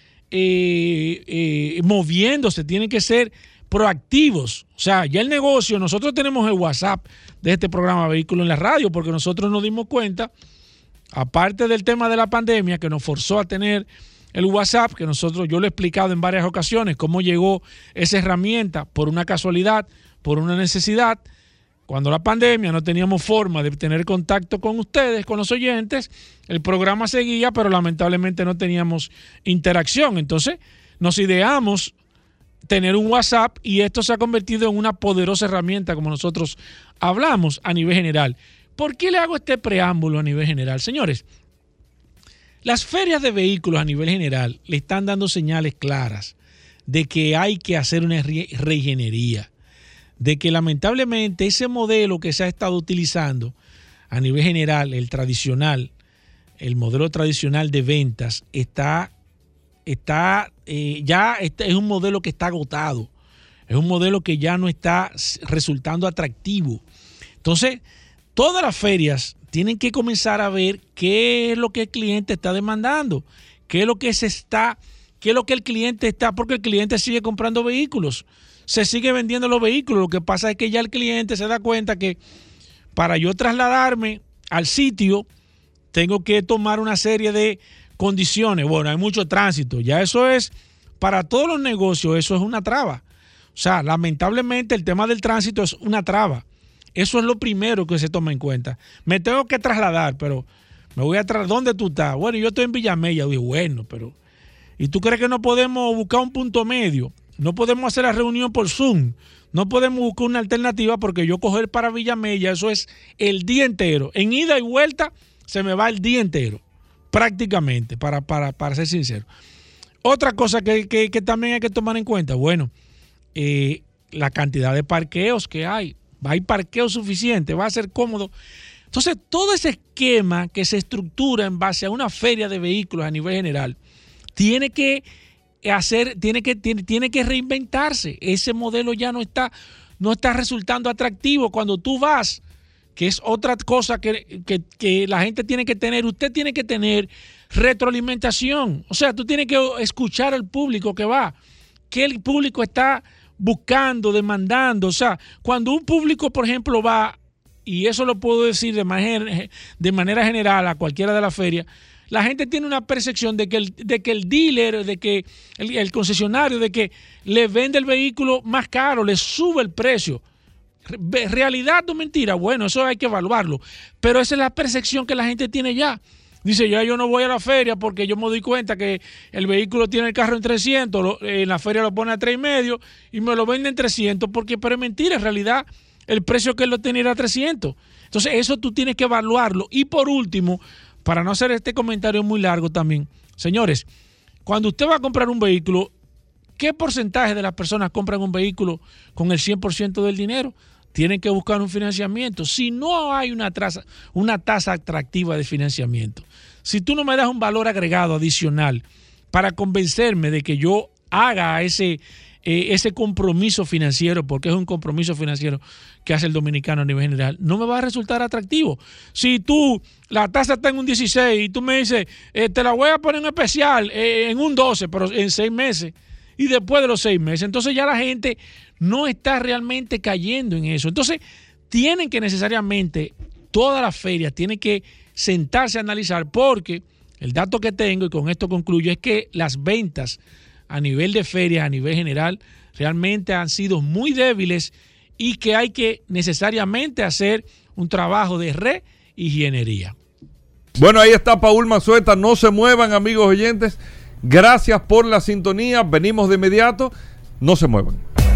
eh, eh, moviéndose, tienen que ser proactivos. O sea, ya el negocio, nosotros tenemos el WhatsApp de este programa Vehículos en la Radio, porque nosotros nos dimos cuenta, aparte del tema de la pandemia que nos forzó a tener el WhatsApp, que nosotros, yo lo he explicado en varias ocasiones, cómo llegó esa herramienta por una casualidad, por una necesidad. Cuando la pandemia no teníamos forma de tener contacto con ustedes, con los oyentes, el programa seguía, pero lamentablemente no teníamos interacción. Entonces nos ideamos tener un WhatsApp y esto se ha convertido en una poderosa herramienta, como nosotros hablamos a nivel general. ¿Por qué le hago este preámbulo a nivel general? Señores, las ferias de vehículos a nivel general le están dando señales claras de que hay que hacer una reingeniería, de que lamentablemente ese modelo que se ha estado utilizando a nivel general, el tradicional, el modelo tradicional de ventas, está, está eh, ya está, es un modelo que está agotado, es un modelo que ya no está resultando atractivo. Entonces, todas las ferias tienen que comenzar a ver qué es lo que el cliente está demandando, ¿Qué es lo que se está, qué es lo que el cliente está? Porque el cliente sigue comprando vehículos, se sigue vendiendo los vehículos. Lo que pasa es que ya el cliente se da cuenta que para yo trasladarme al sitio tengo que tomar una serie de condiciones. Bueno, hay mucho tránsito. Ya eso es, para todos los negocios, eso es una traba. O sea, lamentablemente el tema del tránsito es una traba. Eso es lo primero que se toma en cuenta. Me tengo que trasladar, pero me voy a trasladar. ¿Dónde tú estás? Bueno, yo estoy en Villamella. Digo, bueno, pero... ¿Y tú crees que no podemos buscar un punto medio? No podemos hacer la reunión por Zoom. No podemos buscar una alternativa, porque yo coger para Villamella, eso es el día entero. En ida y vuelta se me va el día entero, prácticamente, para, para, para ser sincero. Otra cosa que, que, que también hay que tomar en cuenta, bueno, eh, la cantidad de parqueos que hay. Hay parqueo suficiente, va a ser cómodo. Entonces, todo ese esquema que se estructura en base a una feria de vehículos a nivel general, tiene que hacer, tiene que, tiene, tiene que reinventarse. Ese modelo ya no está, no está resultando atractivo. Cuando tú vas, que es otra cosa que, que, que la gente tiene que tener, usted tiene que tener retroalimentación. O sea, tú tienes que escuchar al público que va, que el público está buscando, demandando. O sea, cuando un público, por ejemplo, va, y eso lo puedo decir de manera, de manera general a cualquiera de las ferias, la gente tiene una percepción de que el, de que el dealer, de que el, el concesionario, de que le vende el vehículo más caro, le sube el precio. ¿Realidad o mentira? Bueno, eso hay que evaluarlo. Pero esa es la percepción que la gente tiene ya. Dice, ya yo no voy a la feria porque yo me doy cuenta que el vehículo tiene el carro en trescientos, lo, en la feria lo pone a tres y medio y me lo venden en trescientos, porque, pero es mentira, en realidad el precio que él lo tenía era trescientos. Entonces eso tú tienes que evaluarlo. Y por último, para no hacer este comentario muy largo también, señores, cuando usted va a comprar un vehículo, ¿qué porcentaje de las personas compran un vehículo con el cien por ciento del dinero? Tienen que buscar un financiamiento. Si no hay una tasa, una tasa atractiva de financiamiento, si tú no me das un valor agregado adicional para convencerme de que yo haga ese, eh, ese compromiso financiero, porque es un compromiso financiero que hace el dominicano a nivel general, no me va a resultar atractivo. Si tú, la tasa está en un dieciséis y tú me dices, eh, te la voy a poner en especial eh, en un doce, pero en seis meses, y después de los seis meses, entonces ya la gente no está realmente cayendo en eso. Entonces, tienen que necesariamente, todas las ferias tienen que sentarse a analizar, porque el dato que tengo, y con esto concluyo, es que las ventas a nivel de ferias, a nivel general, realmente han sido muy débiles y que hay que necesariamente hacer un trabajo de reingeniería. Bueno, ahí está Paul Manzueta. No se muevan, amigos oyentes. Gracias por la sintonía. Venimos de inmediato. No se muevan.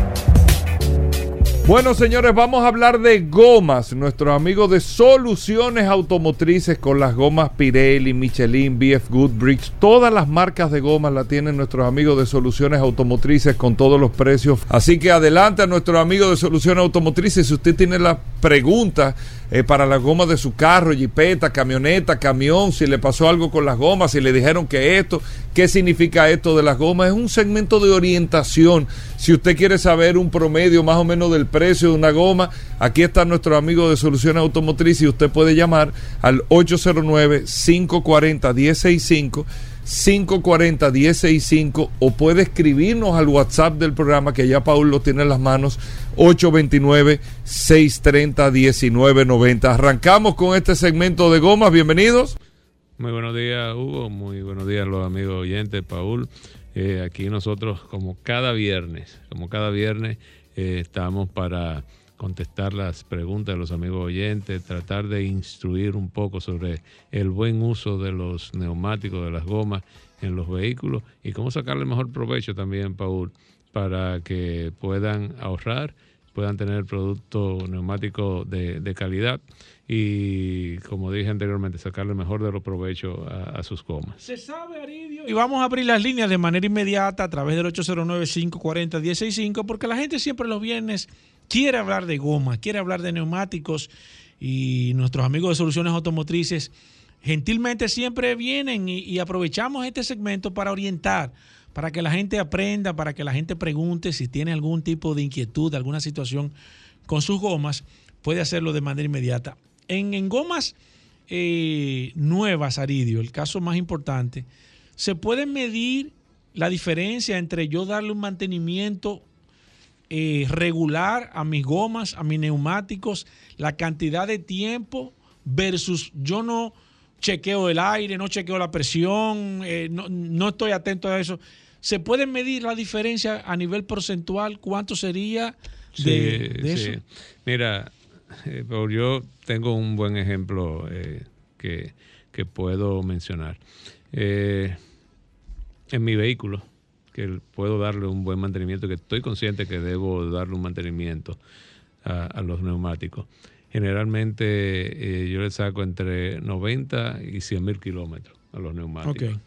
Bueno, señores, vamos a hablar de gomas. Nuestros amigos de Soluciones Automotrices, con las gomas Pirelli, Michelin, B F Goodrich, todas las marcas de gomas la tienen nuestros amigos de Soluciones Automotrices con todos los precios. Así que adelante a nuestros amigos de Soluciones Automotrices. Si usted tiene las preguntas eh, para las gomas de su carro, jipeta, camioneta, camión, si le pasó algo con las gomas, si le dijeron que esto, qué significa esto de las gomas, es un segmento de orientación. Si usted quiere saber un promedio más o menos del precio de una goma, aquí está nuestro amigo de Soluciones Automotrices y usted puede llamar al ocho cero nueve, cinco cuatro cero, uno cero seis cinco, cinco cuatro cero, uno cero seis cinco, o puede escribirnos al WhatsApp del programa, que ya Paul lo tiene en las manos, ocho dos nueve, seis tres cero, uno nueve nueve cero. Arrancamos con este segmento de gomas. Bienvenidos. Muy buenos días, Hugo. Muy buenos días, los amigos oyentes. Paul, eh, aquí nosotros, como cada viernes, como cada viernes, eh, estamos para contestar las preguntas de los amigos oyentes, tratar de instruir un poco sobre el buen uso de los neumáticos, de las gomas en los vehículos, y cómo sacarle mejor provecho también, Paul, para que puedan ahorrar, puedan tener producto neumático de, de calidad y, como dije anteriormente, sacarle mejor de los provechos a, a sus gomas. Se sabe, Aridio. Y vamos a abrir las líneas de manera inmediata a través del ocho cero nueve, cinco cuatro cero, uno cero seis cinco, porque la gente siempre los viernes quiere hablar de goma, quiere hablar de neumáticos, y nuestros amigos de Soluciones Automotrices gentilmente siempre vienen y, y aprovechamos este segmento para orientar, para que la gente aprenda, para que la gente pregunte si tiene algún tipo de inquietud, alguna situación con sus gomas, puede hacerlo de manera inmediata. En, en gomas eh, nuevas, Aridio, el caso más importante, ¿Se puede medir la diferencia entre yo darle un mantenimiento eh, regular a mis gomas, a mis neumáticos, la cantidad de tiempo versus yo no chequeo el aire, no chequeo la presión, eh, no, no estoy atento a eso? ¿Se puede medir la diferencia a nivel porcentual? ¿Cuánto sería de, sí, de sí. eso? Mira, eh, yo tengo un buen ejemplo eh, que, que puedo mencionar. Eh, en mi vehículo, que puedo darle un buen mantenimiento, que estoy consciente que debo darle un mantenimiento a, a los neumáticos. Generalmente eh, yo le saco entre noventa y cien mil kilómetros a los neumáticos. Okay.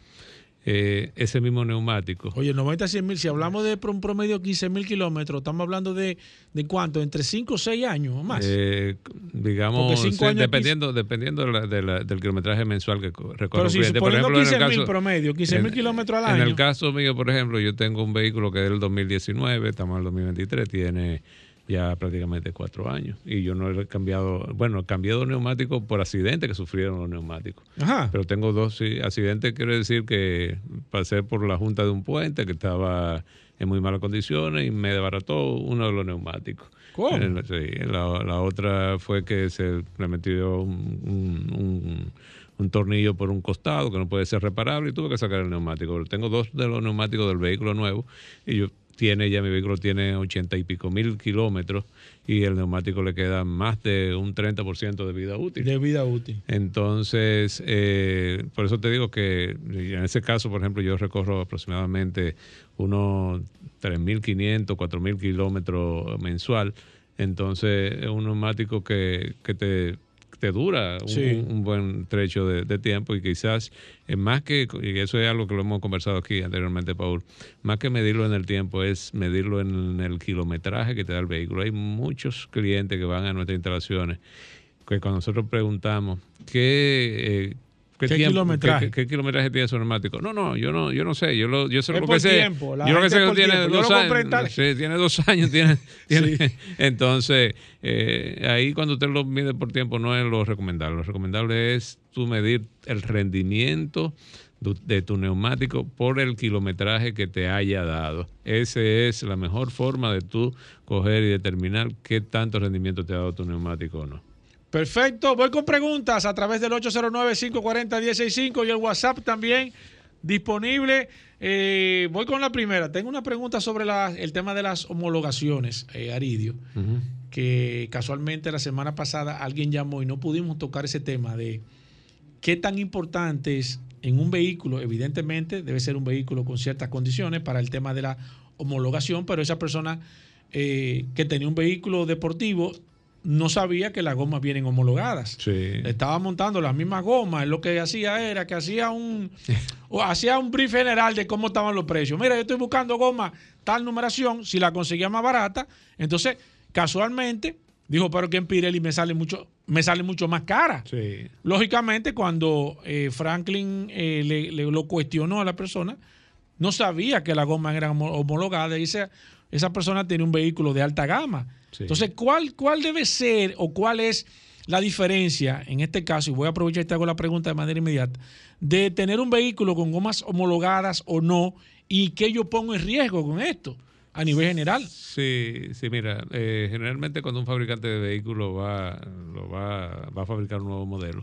Eh, ese mismo neumático. Oye, noventa a cien mil, si hablamos de un promedio de quince mil kilómetros, estamos hablando de, de cuánto, entre cinco o seis años o más. Eh, digamos, sí, años dependiendo, quince... dependiendo de la, de la, del kilometraje mensual que recorre. Pero si suponiendo quince mil promedio, quince mil kilómetros al año. En el caso mío, por ejemplo, yo tengo un vehículo que es del dos mil diecinueve, estamos en el dos mil veintitrés, tiene ya prácticamente cuatro años. Y yo no he cambiado, bueno, cambié dos neumáticos por accidentes que sufrieron los neumáticos. Ajá. Pero tengo dos sí, accidentes, quiero decir que pasé por la junta de un puente que estaba en muy malas condiciones y me desbarató uno de los neumáticos. ¿Cómo? Eh, sí, la, la otra fue que se le metió un, un, un, un tornillo por un costado que no puede ser reparable y tuve que sacar el neumático. Pero tengo dos de los neumáticos del vehículo nuevo y yo tiene ya mi vehículo tiene ochenta y pico mil kilómetros y el neumático le queda más de un treinta por ciento de vida útil. De vida útil. Entonces, eh, por eso te digo que en ese caso, por ejemplo, yo recorro aproximadamente unos tres mil quinientos, cuatro mil kilómetros mensual. Entonces, es un neumático que, que te... te dura un, sí. un buen trecho de, de tiempo y quizás eh, más que, y eso es algo que lo hemos conversado aquí anteriormente, Paul, más que medirlo en el tiempo es medirlo en el kilometraje que te da el vehículo. Hay muchos clientes que van a nuestras instalaciones que cuando nosotros preguntamos qué... Eh, ¿Qué, ¿Qué tiempo, kilometraje? ¿qué, qué, qué kilometraje tiene su neumático? No, no, yo no, yo no sé. Yo, lo, yo sé es lo por que sé. Tiempo. Yo lo que sé que tiene tiempo. dos años. Sí, tiene dos años. Tiene, tiene, sí. Entonces, eh, ahí cuando usted lo mide por tiempo no es lo recomendable. Lo recomendable es tú medir el rendimiento de, de tu neumático por el kilometraje que te haya dado. Esa es la mejor forma de tú coger y determinar qué tanto rendimiento te ha dado tu neumático o no. Perfecto, voy con preguntas a través del ocho cero nueve, cinco cuatro cero, uno cero seis cinco y el WhatsApp también disponible. Eh, voy con la primera. Tengo una pregunta sobre la, el tema de las homologaciones, eh, Aridio, uh-huh. que casualmente la semana pasada alguien llamó y no pudimos tocar ese tema de qué tan importante es en un vehículo. Evidentemente debe ser un vehículo con ciertas condiciones para el tema de la homologación, pero esa persona eh, que tenía un vehículo deportivo no sabía que las gomas vienen homologadas. Sí. Estaba montando las mismas gomas. Lo que hacía era que hacía un o hacía un brief general de cómo estaban los precios. Mira, yo estoy buscando goma tal numeración, si la conseguía más barata. Entonces, casualmente, dijo, pero que en Pirelli me sale mucho, me sale mucho más cara. Sí. Lógicamente, cuando eh, Franklin eh, le, le lo cuestionó a la persona, no sabía que las gomas eran homologadas y esa, esa persona tiene un vehículo de alta gama. Sí. Entonces, ¿cuál, ¿cuál debe ser o cuál es la diferencia en este caso? Y voy a aprovechar y te hago la pregunta de manera inmediata, de tener un vehículo con gomas homologadas o no, y qué yo pongo en riesgo con esto a nivel general. Sí, sí, mira, eh, generalmente cuando un fabricante de vehículos va, lo va, va a fabricar un nuevo modelo,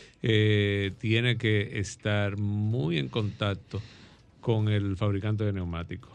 eh, tiene que estar muy en contacto con el fabricante de neumáticos.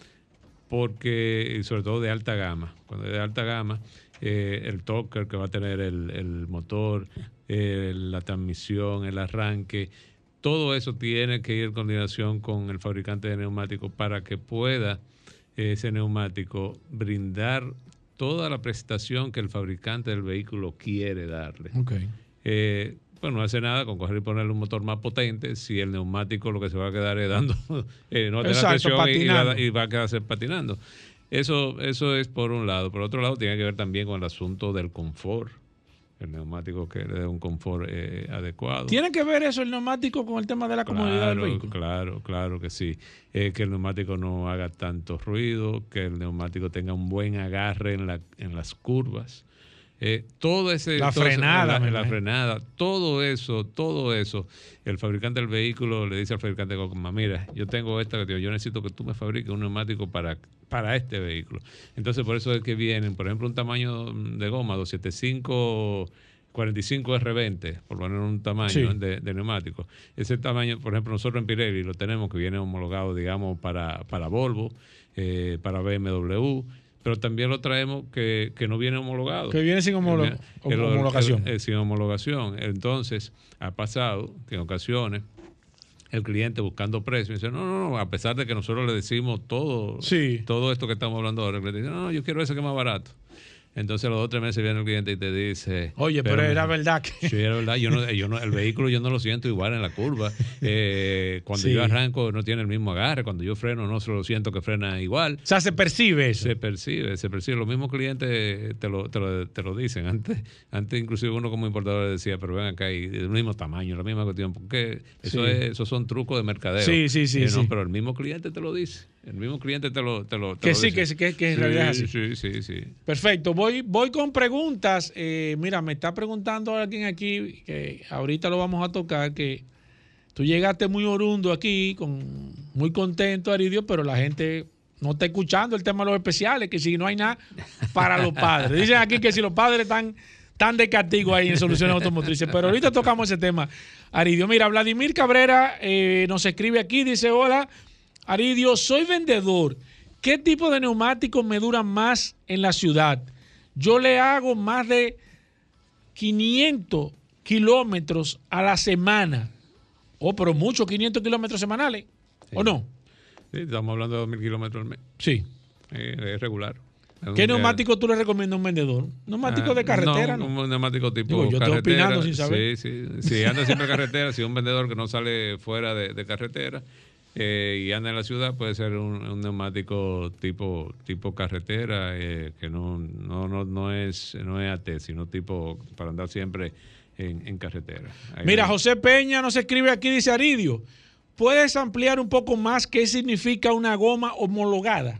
Porque, sobre todo de alta gama, cuando es de alta gama, eh, el torque que va a tener el, el motor, eh, la transmisión, el arranque, todo eso tiene que ir en coordinación con el fabricante de neumáticos para que pueda eh, ese neumático brindar toda la prestación que el fabricante del vehículo quiere darle. Okay. Eh, Pues no hace nada con coger y ponerle un motor más potente si el neumático lo que se va a quedar es dando eh, no tiene presión y, y, va, y va a quedarse patinando. Eso, eso es por un lado. Por otro lado, tiene que ver también con el asunto del confort. El neumático que le dé un confort eh, adecuado. ¿Tiene que ver eso el neumático con el tema de la claro, comodidad del vehículo? Claro, claro que sí. Eh, que el neumático no haga tanto ruido, que el neumático tenga un buen agarre en, la, en las curvas. Eh, todo ese, la todo frenada, ese, la, la imagino. frenada, todo eso, todo eso, el fabricante del vehículo le dice al fabricante de goma, mira, yo tengo esta, yo necesito que tú me fabriques un neumático para, para este vehículo. Entonces por eso es que vienen, por ejemplo, un tamaño de goma doscientos setenta y cinco cuarenta y cinco R veinte, por poner un tamaño Sí. de, de neumático. Ese tamaño, por ejemplo, nosotros en Pirelli lo tenemos que viene homologado, digamos, para, para Volvo, eh, para B M W, pero también lo traemos que, que no viene homologado. Que viene sin homolo- El- el- homologación. el- el- sin homologación. Entonces, ha pasado que en ocasiones el cliente buscando precio dice, no, no, no, a pesar de que nosotros le decimos todo, Sí. todo esto que estamos hablando ahora, el cliente dice, no, no, yo quiero ese que es más barato. Entonces, a los dos o tres meses viene el cliente y te dice... Oye, pero, me- era verdad que... Sí, era verdad. Yo no, yo no, el vehículo yo no lo siento igual en la curva. Eh, cuando Sí. yo arranco no tiene el mismo agarre. Cuando yo freno no se lo siento que frena igual. O sea, se percibe eso. Se percibe, se percibe. Los mismos clientes te lo, te lo, te lo dicen. Antes, antes inclusive uno como importador decía, pero ven acá, y del mismo tamaño, la misma cuestión. Porque eso Sí. es, esos son trucos de mercadeo. Sí, sí, sí, Eh, no, sí. pero el mismo cliente te lo dice. El mismo cliente te lo, te lo, te Que lo sí, dice. que sí, que- que en Sí, realidad es así. Sí, sí, sí. Perfecto, voy, voy con preguntas. Eh, mira, me está preguntando alguien aquí, que ahorita lo vamos a tocar, que tú llegaste muy orundo aquí, con, muy contento, Aridio, pero la gente no está escuchando el tema de los especiales, que si no hay nada para los padres. Dicen aquí que si los padres están, están de castigo ahí en Soluciones Automotrices, pero ahorita tocamos ese tema, Aridio. Mira, Vladimir Cabrera eh, nos escribe aquí, dice, hola, Aridio, soy vendedor. ¿Qué tipo de neumáticos me duran más en la ciudad? Yo le hago más de quinientos kilómetros a la semana. Oh, pero mucho, quinientos kilómetros semanales. ¿O no? Sí, estamos hablando de dos mil kilómetros al mes. Sí. Eh, es regular. Es ¿Qué un- neumático tú le recomiendas a un vendedor? ¿Neumático Ah, de carretera? No, No, un neumático tipo Digo, yo estoy carretera. opinando sin saber. Sí, sí. Si anda siempre en carretera, si es un vendedor que no sale fuera de, de carretera eh, y anda en la ciudad, puede ser un, un neumático tipo tipo carretera eh, que no no no no es no es A T, sino tipo para andar siempre en, en carretera. Ahí Mira, hay- José Peña nos escribe aquí, dice Aridio, ¿puedes ampliar un poco más qué significa una goma homologada?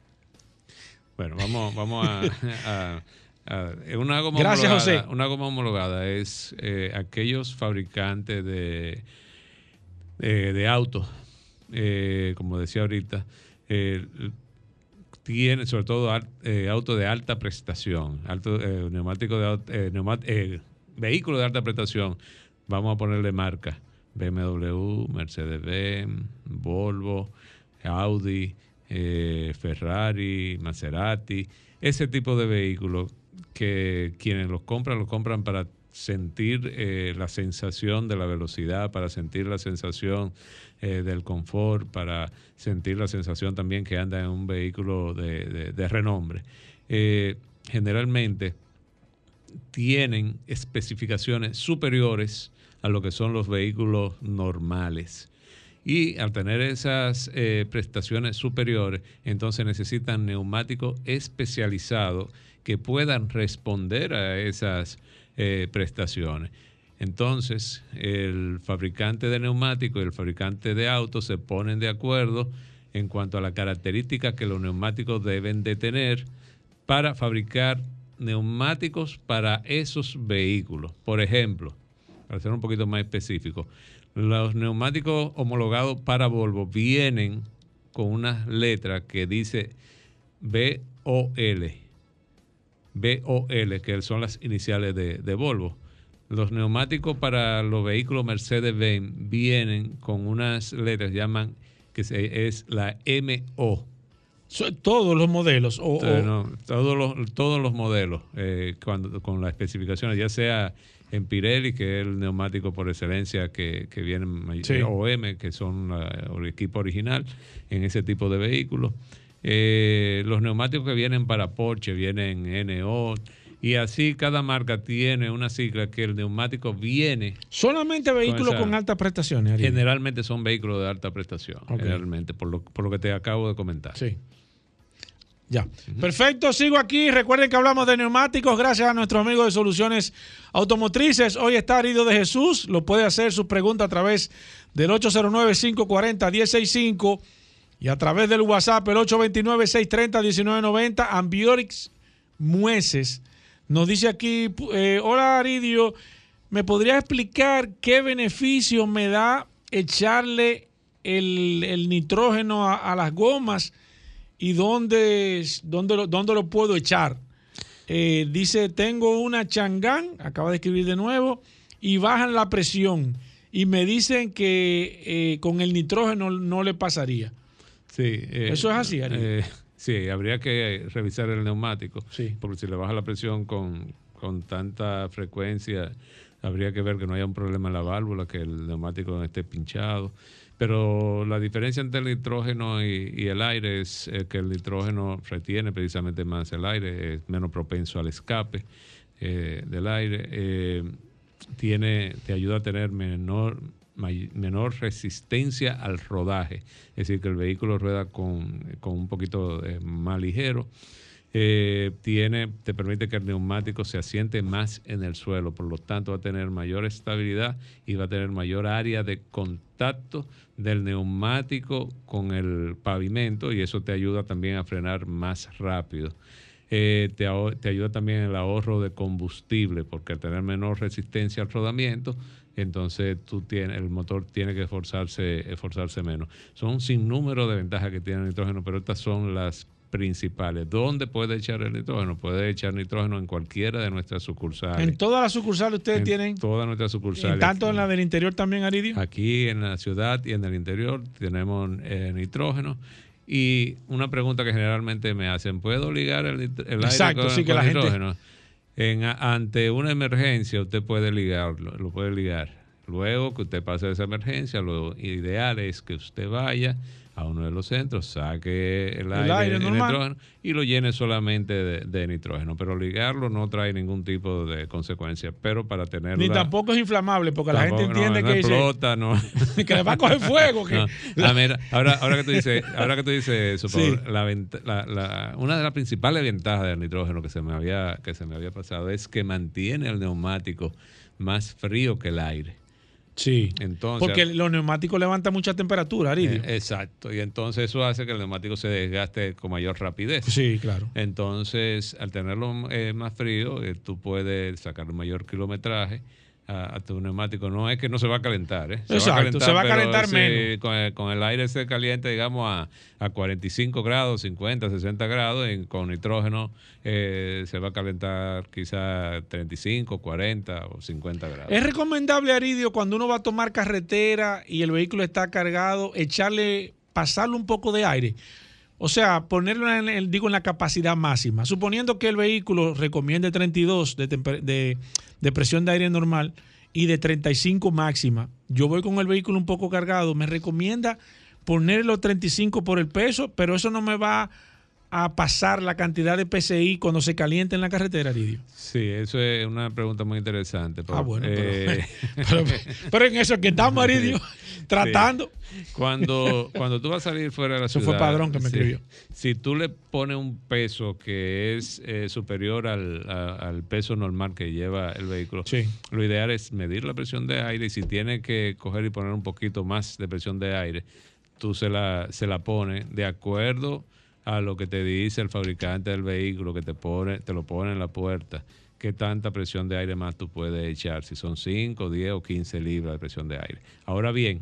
Bueno, vamos, vamos a, a- a- una goma Gracias, homologada. José. Una goma homologada es eh, aquellos fabricantes de, de, de autos, eh, como decía ahorita, eh, tienen sobre todo al- eh, autos de alta prestación, alto, eh, neumático de, alt- eh, neuma- eh, vehículos de alta prestación. Vamos a ponerle marca: B M W, Mercedes-Benz, Volvo, Audi, eh, Ferrari, Maserati, ese tipo de vehículos que quienes los compran, los compran para sentir eh, la sensación de la velocidad, para sentir la sensación eh, del confort, para sentir la sensación también que anda en un vehículo de, de- de renombre. Eh, generalmente tienen especificaciones superiores a lo que son los vehículos normales. Y al tener esas eh, prestaciones superiores, entonces necesitan neumáticos especializados que puedan responder a esas eh, prestaciones. Entonces, el fabricante de neumáticos y el fabricante de autos se ponen de acuerdo en cuanto a las características que los neumáticos deben de tener para fabricar neumáticos para esos vehículos. Por ejemplo, para ser un poquito más específico, los neumáticos homologados para Volvo vienen con unas letras que dice B O L. B O L, que son las iniciales de, de Volvo. Los neumáticos para los vehículos Mercedes-Benz vienen con unas letras que llaman, que se- es la M O. So- Todos los modelos. O, Entonces, o- no, todos, los, todos los modelos, eh, cuando, con las especificaciones, ya sea en Pirelli, que es el neumático por excelencia que, que viene, Sí. o M, que son la- el equipo original en ese tipo de vehículos. Eh, los neumáticos que vienen para Porsche vienen N O, y así cada marca tiene una sigla que el neumático viene. solamente vehículos Con esa- con altas prestaciones. Ariel. Generalmente son vehículos de alta prestación, Ok. generalmente, por lo, por lo que te acabo de comentar. Sí. Ya. Perfecto, sigo aquí. Recuerden que hablamos de neumáticos gracias a nuestros amigos de Soluciones Automotrices. Hoy está Aridio de Jesús. Lo puede hacer su pregunta a través del ocho cero nueve, cinco cuatro cero, uno cero seis cinco y a través del WhatsApp el ocho dos nueve, seis tres cero, uno nueve nueve cero. Ambiorix Mueces Nos dice aquí, eh, hola Aridio, ¿me podría explicar qué beneficio me da echarle el, el nitrógeno a, a las gomas y dónde, dónde, lo, dónde lo puedo echar? Eh, dice, tengo una Chang'an, acaba de escribir de nuevo, y bajan la presión y me dicen que eh, con el nitrógeno no le pasaría. Sí, eh, ¿Eso es así, Ariel? Eh, sí, habría que revisar el neumático, sí. porque si le baja la presión con, con tanta frecuencia, habría que ver que no haya un problema en la válvula, que el neumático no esté pinchado. Pero la diferencia entre el nitrógeno y, y el aire es eh, que el nitrógeno retiene precisamente más el aire, es menos propenso al escape eh, del aire, eh, tiene, te ayuda a tener menor, may, menor resistencia al rodaje, es decir, que el vehículo rueda con, con un poquito eh, más ligero. Eh, tiene, te permite que el neumático se asiente más en el suelo, por lo tanto va a tener mayor estabilidad y va a tener mayor área de contacto del neumático con el pavimento, y eso te ayuda también a frenar más rápido. Eh, te, te ayuda también en el ahorro de combustible, porque al tener menor resistencia al rodamiento, entonces tú tienes, el motor tiene que esforzarse, esforzarse menos. Son un sinnúmero de ventajas que tiene el nitrógeno, pero estas son las principales. ¿Dónde puede echar el nitrógeno? Puede echar nitrógeno en cualquiera de nuestras sucursales. En todas las sucursales ustedes en tienen. Todas nuestras sucursales. ¿Tanto en la del interior también, Aridio? Aquí en la ciudad y en el interior tenemos eh, nitrógeno. Y una pregunta que generalmente me hacen, ¿puedo ligar el, el Exacto, aire con, sí, que con la nitrógeno? Gente... En, ante una emergencia usted puede ligarlo, lo puede ligar. Luego que usted pase esa emergencia, lo ideal es que usted vaya a uno de los centros, saque el, el aire, aire el nitrógeno y lo llene solamente de, de nitrógeno. Pero ligarlo no trae ningún tipo de consecuencia. Pero para tenerlo. Ni tampoco es inflamable, porque tampoco, la gente entiende no, que no explota, no. que le va a coger fuego. Que no. la... ah, mira, ahora, ahora que tú dices, ahora que tú dices eso, sí. Pablo, la, la, la, una de las principales ventajas del nitrógeno que se me había, que se me había pasado es que mantiene el neumático más frío que el aire. Sí, entonces, porque los neumáticos levantan mucha temperatura, Aridio. Eh, exacto, y entonces eso hace que el neumático se desgaste con mayor rapidez. Sí, claro. Entonces, al tenerlo eh, más frío, eh, tú puedes sacar un mayor kilometraje a, a tu neumático. No es que no se va a calentar, ¿eh? Se exacto, va a calentar, se va a calentar ese, menos. Con el, con el aire se calienta, digamos, a, a cuarenta y cinco grados, cincuenta, sesenta grados, y con nitrógeno eh, se va a calentar quizá treinta y cinco, cuarenta o cincuenta grados. Es recomendable, Aridio, cuando uno va a tomar carretera y el vehículo está cargado, echarle, pasarle un poco de aire. O sea, ponerlo en, el, digo, en la capacidad máxima. Suponiendo que el vehículo recomiende treinta y dos de, de, de presión de aire normal y de treinta y cinco máxima, yo voy con el vehículo un poco cargado, me recomienda poner los treinta y cinco por el peso, pero eso no me va a pasar la cantidad de P S I cuando se caliente en la carretera, Aridio. Sí, eso es una pregunta muy interesante. Pablo. Ah, bueno, eh... pero, pero, pero en eso que estamos, Aridio, tratando. Sí. Cuando, cuando tú vas a salir fuera de la eso ciudad. Eso fue Padrón que me sí, escribió. Si tú le pones un peso que es eh, superior al, a, al peso normal que lleva el vehículo, sí. Lo ideal es medir la presión de aire, y si tiene que coger y poner un poquito más de presión de aire, tú se la, se la pones de acuerdo a lo que te dice el fabricante del vehículo, que te pone, te lo pone en la puerta, qué tanta presión de aire más tú puedes echar, si son cinco, diez o quince libras de presión de aire. Ahora bien,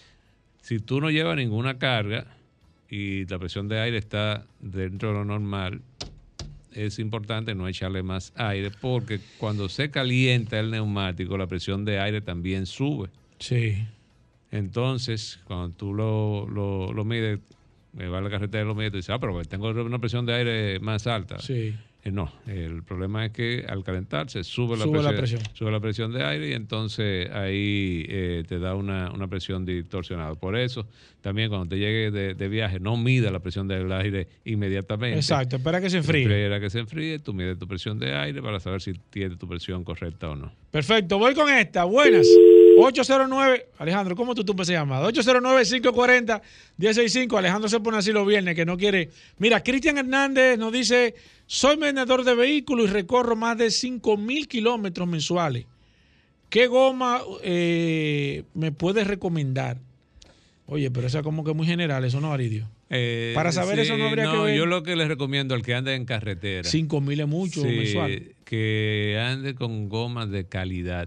si tú no llevas ninguna carga y la presión de aire está dentro de lo normal, es importante no echarle más aire, porque cuando se calienta el neumático, la presión de aire también sube. Sí. Entonces, cuando tú lo, lo, lo mides, me va a la carretera de los medios y dice, ah, pero tengo una presión de aire más alta. Sí. Eh, no, el problema es que al calentarse sube, la, sube presión, la presión. Sube la presión de aire, y entonces ahí eh, te da una, una presión distorsionada. Por eso, también cuando te llegue de, de viaje, no mida la presión del aire inmediatamente. Exacto, espera que se enfríe. Espera que se enfríe, tú mides tu presión de aire para saber si tiene tu presión correcta o no. Perfecto, voy con esta. Buenas. ocho cero nueve, Alejandro, ¿cómo tú, tú me se llamas? ocho cero nueve, cinco cuatro cero, uno cero seis cinco. Alejandro se pone así los viernes, que no quiere. Mira, Cristian Hernández nos dice, soy vendedor de vehículos y recorro más de cinco mil kilómetros mensuales. ¿Qué goma eh, me puedes recomendar? Oye, pero eso es como que muy general, eso no, Aridio. Eh, Para saber sí, eso no habría no, que ver. Yo lo que les recomiendo al que ande en carretera. cinco mil es mucho sí, mensual. Que ande con gomas de calidad.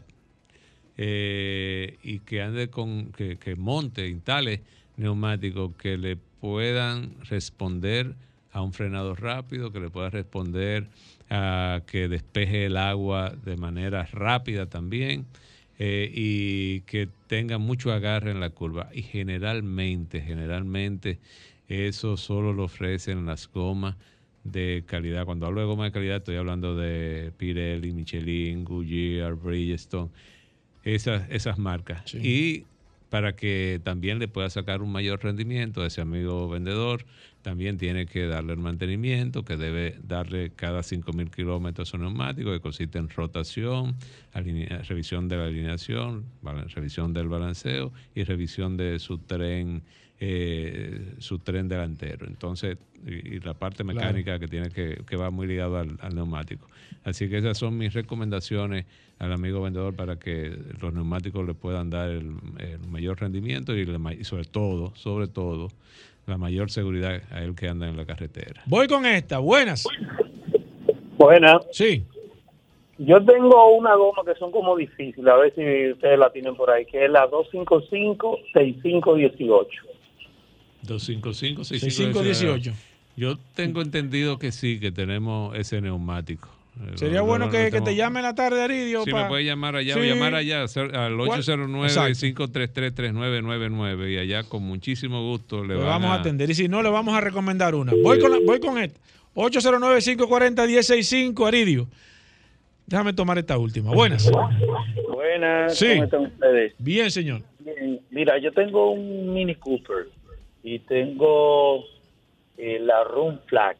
Eh, y que ande con, que, que monte, instale neumáticos que le puedan responder a un frenado rápido, que le pueda responder a que despeje el agua de manera rápida también. Eh, y que tenga mucho agarre en la curva. Y generalmente, generalmente, eso solo lo ofrecen las gomas de calidad. Cuando hablo de goma de calidad, estoy hablando de Pirelli, Michelin, Goodyear, Bridgestone, esas, esas marcas. Sí. Y para que también le pueda sacar un mayor rendimiento a ese amigo vendedor, también tiene que darle el mantenimiento, que debe darle cada cinco mil kilómetros a un neumático, que consiste en rotación, alinea, revisión de la alineación, revisión del balanceo y revisión de su tren, eh, su tren delantero. Entonces, y, y la parte mecánica, claro, que tiene que, que va muy ligado al, al neumático. Así que esas son mis recomendaciones al amigo vendedor para que los neumáticos le puedan dar el, el mayor rendimiento y, le, y sobre todo, sobre todo, la mayor seguridad a él que anda en la carretera. Voy con esta. Buenas. Buenas. Sí. Yo tengo una goma que son como difíciles, a ver si ustedes la tienen por ahí, que es la dos cinco cinco, seis cinco uno ocho. dos cinco cinco, seis cinco uno ocho. Yo tengo entendido que sí, que tenemos ese neumático. Sería lo, bueno lo, que, lo que te llame en la tarde, Aridio. Sí, pa... me puede llamar allá, sí. o llamar allá al ocho cero nueve, cinco tres tres, tres nueve nueve nueve y allá con muchísimo gusto le, le van vamos a a atender. Y si no, le vamos a recomendar una. Voy con, la, voy con esta. ocho cero nueve, cinco cuatro cero, uno cero seis cinco, Aridio. Déjame tomar esta última. Buenas. Buenas. Sí. ¿Cómo están ustedes? Bien, señor. Bien. Mira, yo tengo un Mini Cooper y tengo eh, la Run Flag,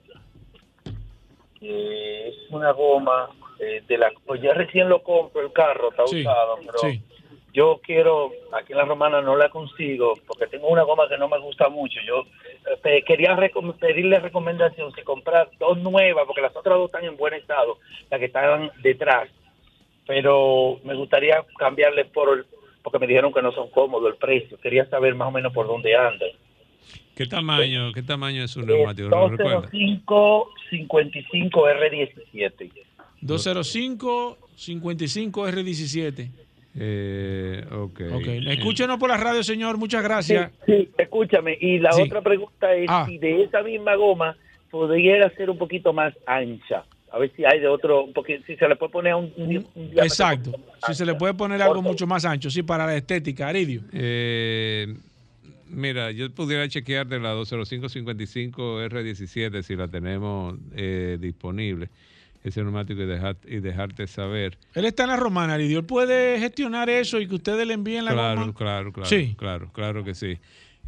que es una goma eh, de la, pues ya recién lo compro, el carro está sí, usado, pero sí. Yo quiero, aquí en la Romana no la consigo, porque tengo una goma que no me gusta mucho. Yo eh, quería recom- pedirle recomendación si comprar dos nuevas, porque las otras dos están en buen estado, las que estaban detrás, pero me gustaría cambiarle por, porque me dijeron que no son cómodos el precio. Quería saber más o menos por dónde andan. ¿Qué tamaño, qué tamaño es un neumático? ¿Lo dos cero cinco, cincuenta y cinco R diecisiete. dos cero cinco, cincuenta y cinco R diecisiete. Eh, okay. ok. Escúchenos por la radio, señor. Muchas gracias. Sí, sí, escúchame. Y la sí. otra pregunta es ah. si de esa misma goma pudiera ser un poquito más ancha. A ver si hay de otro, porque si se le puede poner un... un, un Exacto. Si se le puede poner algo Otro. mucho más ancho. Sí, para la estética, Aridio. Eh... Mira, yo pudiera chequear de la dos cero cinco, cincuenta y cinco R diecisiete si la tenemos eh, disponible, ese neumático, y, dejar, y dejarte saber. Él está en la Romana, Aridio. ¿Él puede gestionar eso y que ustedes le envíen la claro, goma? Claro, claro, sí. claro, claro que sí.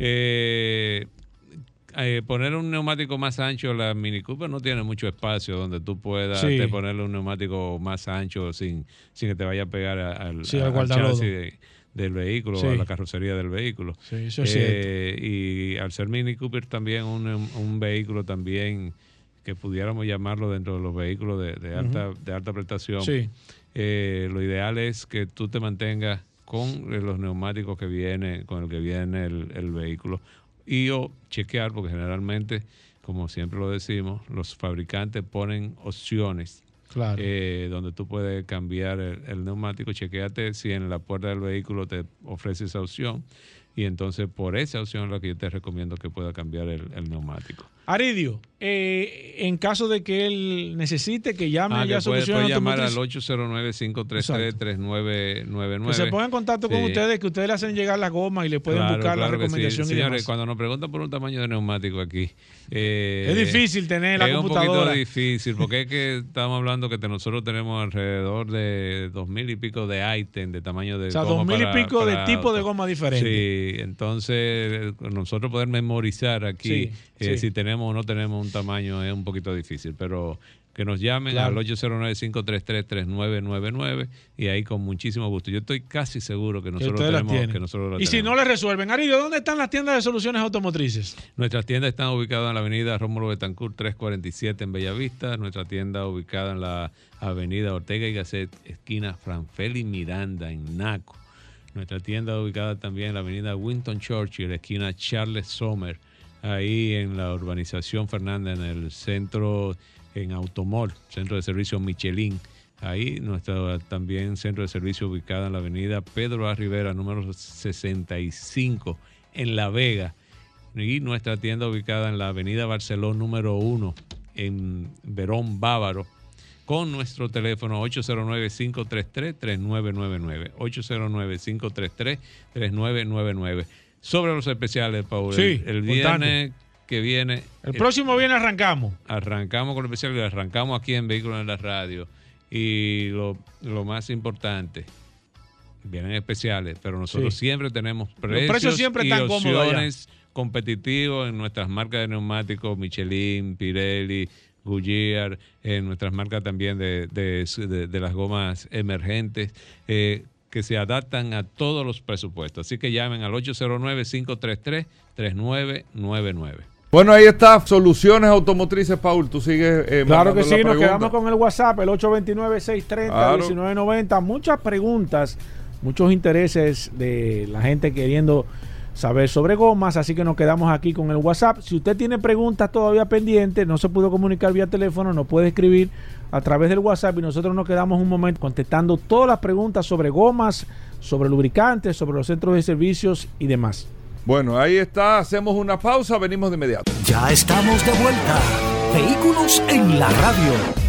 Eh, eh, poner un neumático más ancho, la Mini Cooper no tiene mucho espacio donde tú puedas sí. te ponerle un neumático más ancho sin, sin que te vaya a pegar al, sí, al, al chasis de, del vehículo, sí. a la carrocería del vehículo. Sí, eso es eh, cierto. Y al ser Mini Cooper también un, un vehículo también que pudiéramos llamarlo dentro de los vehículos de, de alta uh-huh. de alta prestación, sí. eh, lo ideal es que tú te mantengas con los neumáticos que viene, con el que viene el, el vehículo, y o chequear, porque generalmente, como siempre lo decimos, los fabricantes ponen opciones. Claro. Eh, donde tú puedes cambiar el, el neumático. Chequéate si en la puerta del vehículo te ofrece esa opción, y entonces por esa opción es la que yo te recomiendo que pueda cambiar el, el neumático. Aridio, eh, en caso de que él necesite que llame ah, ya a Soluciones Automotrices, puede llamar al ocho cero nueve, cinco tres tres, tres nueve nueve nueve. Que se ponga en contacto sí. con ustedes, que ustedes le hacen llegar las gomas y le pueden claro, buscar claro la recomendación. Sí. Y Señores, demás. cuando nos preguntan por un tamaño de neumático aquí, eh, es difícil tener la es computadora. Es un poquito difícil, porque es que estamos hablando que nosotros tenemos alrededor de dos mil y pico de ítem de tamaño de o sea, goma. dos mil y pico para, de tipo de goma diferente. Sí, entonces nosotros poder memorizar aquí sí, eh, sí. si tenemos o no tenemos un tamaño es un poquito difícil, pero que nos llamen claro. al ocho cero nueve, cinco tres tres, tres nueve nueve nueve y ahí con muchísimo gusto. Yo estoy casi seguro que nosotros que tenemos que nosotros lo Y tenemos. si no le resuelven, Aridio, ¿dónde están las tiendas de soluciones automotrices? Nuestras tiendas están ubicadas en la avenida Rómulo Betancourt trescientos cuarenta y siete en Bellavista, nuestra tienda ubicada en la avenida Ortega y Gasset, esquina Franfeli Miranda en Naco. Nuestra tienda ubicada también en la avenida Winston Churchill, esquina Charles Sommer, ahí en la urbanización Fernández, en el centro, en Automol, centro de servicio Michelin. Ahí nuestra también centro de servicio ubicada en la avenida Pedro A. Rivera, número sesenta y cinco, en La Vega. Y nuestra tienda ubicada en la avenida Barceló, número uno, en Verón Bávaro, con nuestro teléfono ocho cero nueve, cinco tres tres, tres nueve nueve nueve, ocho cero nueve, cinco tres tres, tres nueve nueve nueve. Sobre los especiales, Paul, sí, el, el viernes que viene... El, el próximo viernes arrancamos. Arrancamos con el especial y arrancamos aquí en Vehículos en la Radio. Y lo, lo más importante, vienen especiales, pero nosotros sí. siempre tenemos precios, los precios siempre y están opciones competitivos en nuestras marcas de neumáticos, Michelin, Pirelli, Goodyear, en nuestras marcas también de, de, de, de las gomas emergentes, eh, que se adaptan a todos los presupuestos. Así que llamen al ocho cero nueve, cinco tres tres, tres nueve nueve nueve. Bueno, ahí está, Soluciones Automotrices, Paul, tú sigues eh, claro que sí, nos quedamos con el WhatsApp, el ocho dos nueve, seis tres cero, uno nueve nueve cero. Muchas preguntas, muchos intereses de la gente queriendo saber sobre gomas, así que nos quedamos aquí con el WhatsApp. Si usted tiene preguntas todavía pendientes, no se pudo comunicar vía teléfono, nos puede escribir a través del WhatsApp y nosotros nos quedamos un momento contestando todas las preguntas sobre gomas, sobre lubricantes, sobre los centros de servicios y demás. Bueno, ahí está, hacemos una pausa, venimos de inmediato. Ya estamos de vuelta. Vehículos en la Radio.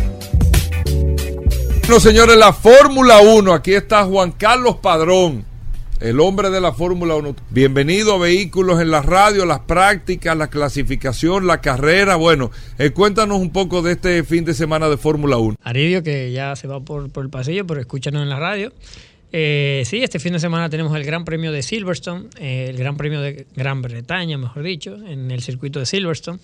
Bueno, señores, la Fórmula uno, aquí está Juan Carlos Padrón, el hombre de la Fórmula uno. Bienvenido a Vehículos en la Radio, las prácticas, la clasificación, la carrera. Bueno, eh, cuéntanos un poco de este fin de semana de Fórmula uno. Aridio, que ya se va por, por el pasillo, pero escúchanos en la radio. Eh, sí, este fin de semana tenemos el Gran Premio de Silverstone, eh, el Gran Premio de Gran Bretaña, mejor dicho, en el circuito de Silverstone.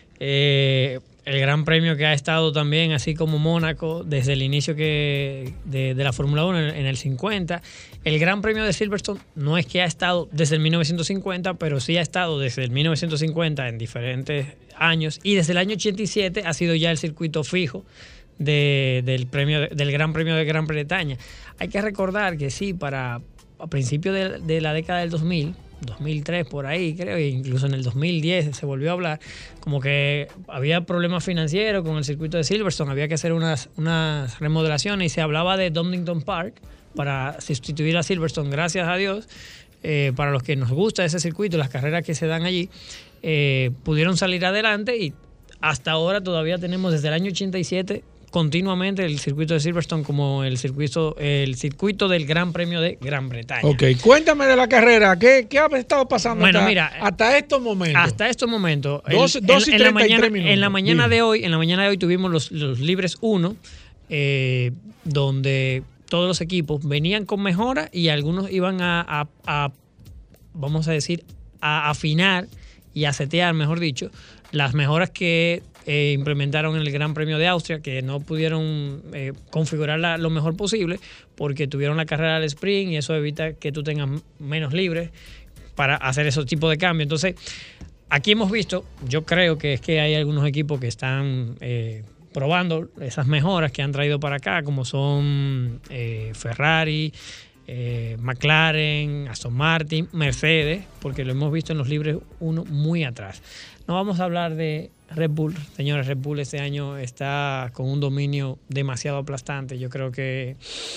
Eh, el Gran Premio que ha estado también, así como Mónaco, desde el inicio que de, de la Fórmula uno en, en el cincuenta. El Gran Premio de Silverstone no es que ha estado desde el mil novecientos cincuenta, pero sí ha estado desde el mil novecientos cincuenta en diferentes años. Y desde el año ochenta y siete ha sido ya el circuito fijo de, del, premio, del Gran Premio de Gran Bretaña. Hay que recordar que sí, para a principios de, de la década del dos mil, dos mil tres por ahí creo, e incluso en el dos mil diez se volvió a hablar como que había problemas financieros con el circuito de Silverstone, había que hacer unas, unas remodelaciones y se hablaba de Donington Park para sustituir a Silverstone. Gracias a Dios, eh, para los que nos gusta ese circuito, las carreras que se dan allí, eh, pudieron salir adelante y hasta ahora todavía tenemos desde el año ochenta y siete continuamente el circuito de Silverstone como el circuito el circuito del Gran Premio de Gran Bretaña. Ok, cuéntame de la carrera, ¿qué, qué ha estado pasando bueno, hasta, mira, hasta estos momentos? Hasta estos momentos. Dos, el, dos en, y en, la mañana, minutos. en la mañana Dime. de hoy, en la mañana de hoy tuvimos los, los libres uno, eh, donde todos los equipos venían con mejora y algunos iban a, a, a vamos a decir, a afinar y a setear, mejor dicho, las mejoras que Eh, implementaron en el Gran Premio de Austria, que no pudieron eh, configurarla lo mejor posible porque tuvieron la carrera del sprint y eso evita que tú tengas menos libres para hacer esos tipos de cambios. Entonces, aquí hemos visto, yo creo que es que hay algunos equipos que están eh, probando esas mejoras que han traído para acá, como son eh, Ferrari, eh, McLaren, Aston Martin, Mercedes, porque lo hemos visto en los libres uno muy atrás. No vamos a hablar de Red Bull. Señores, Red Bull este año está con un dominio demasiado aplastante. Yo creo que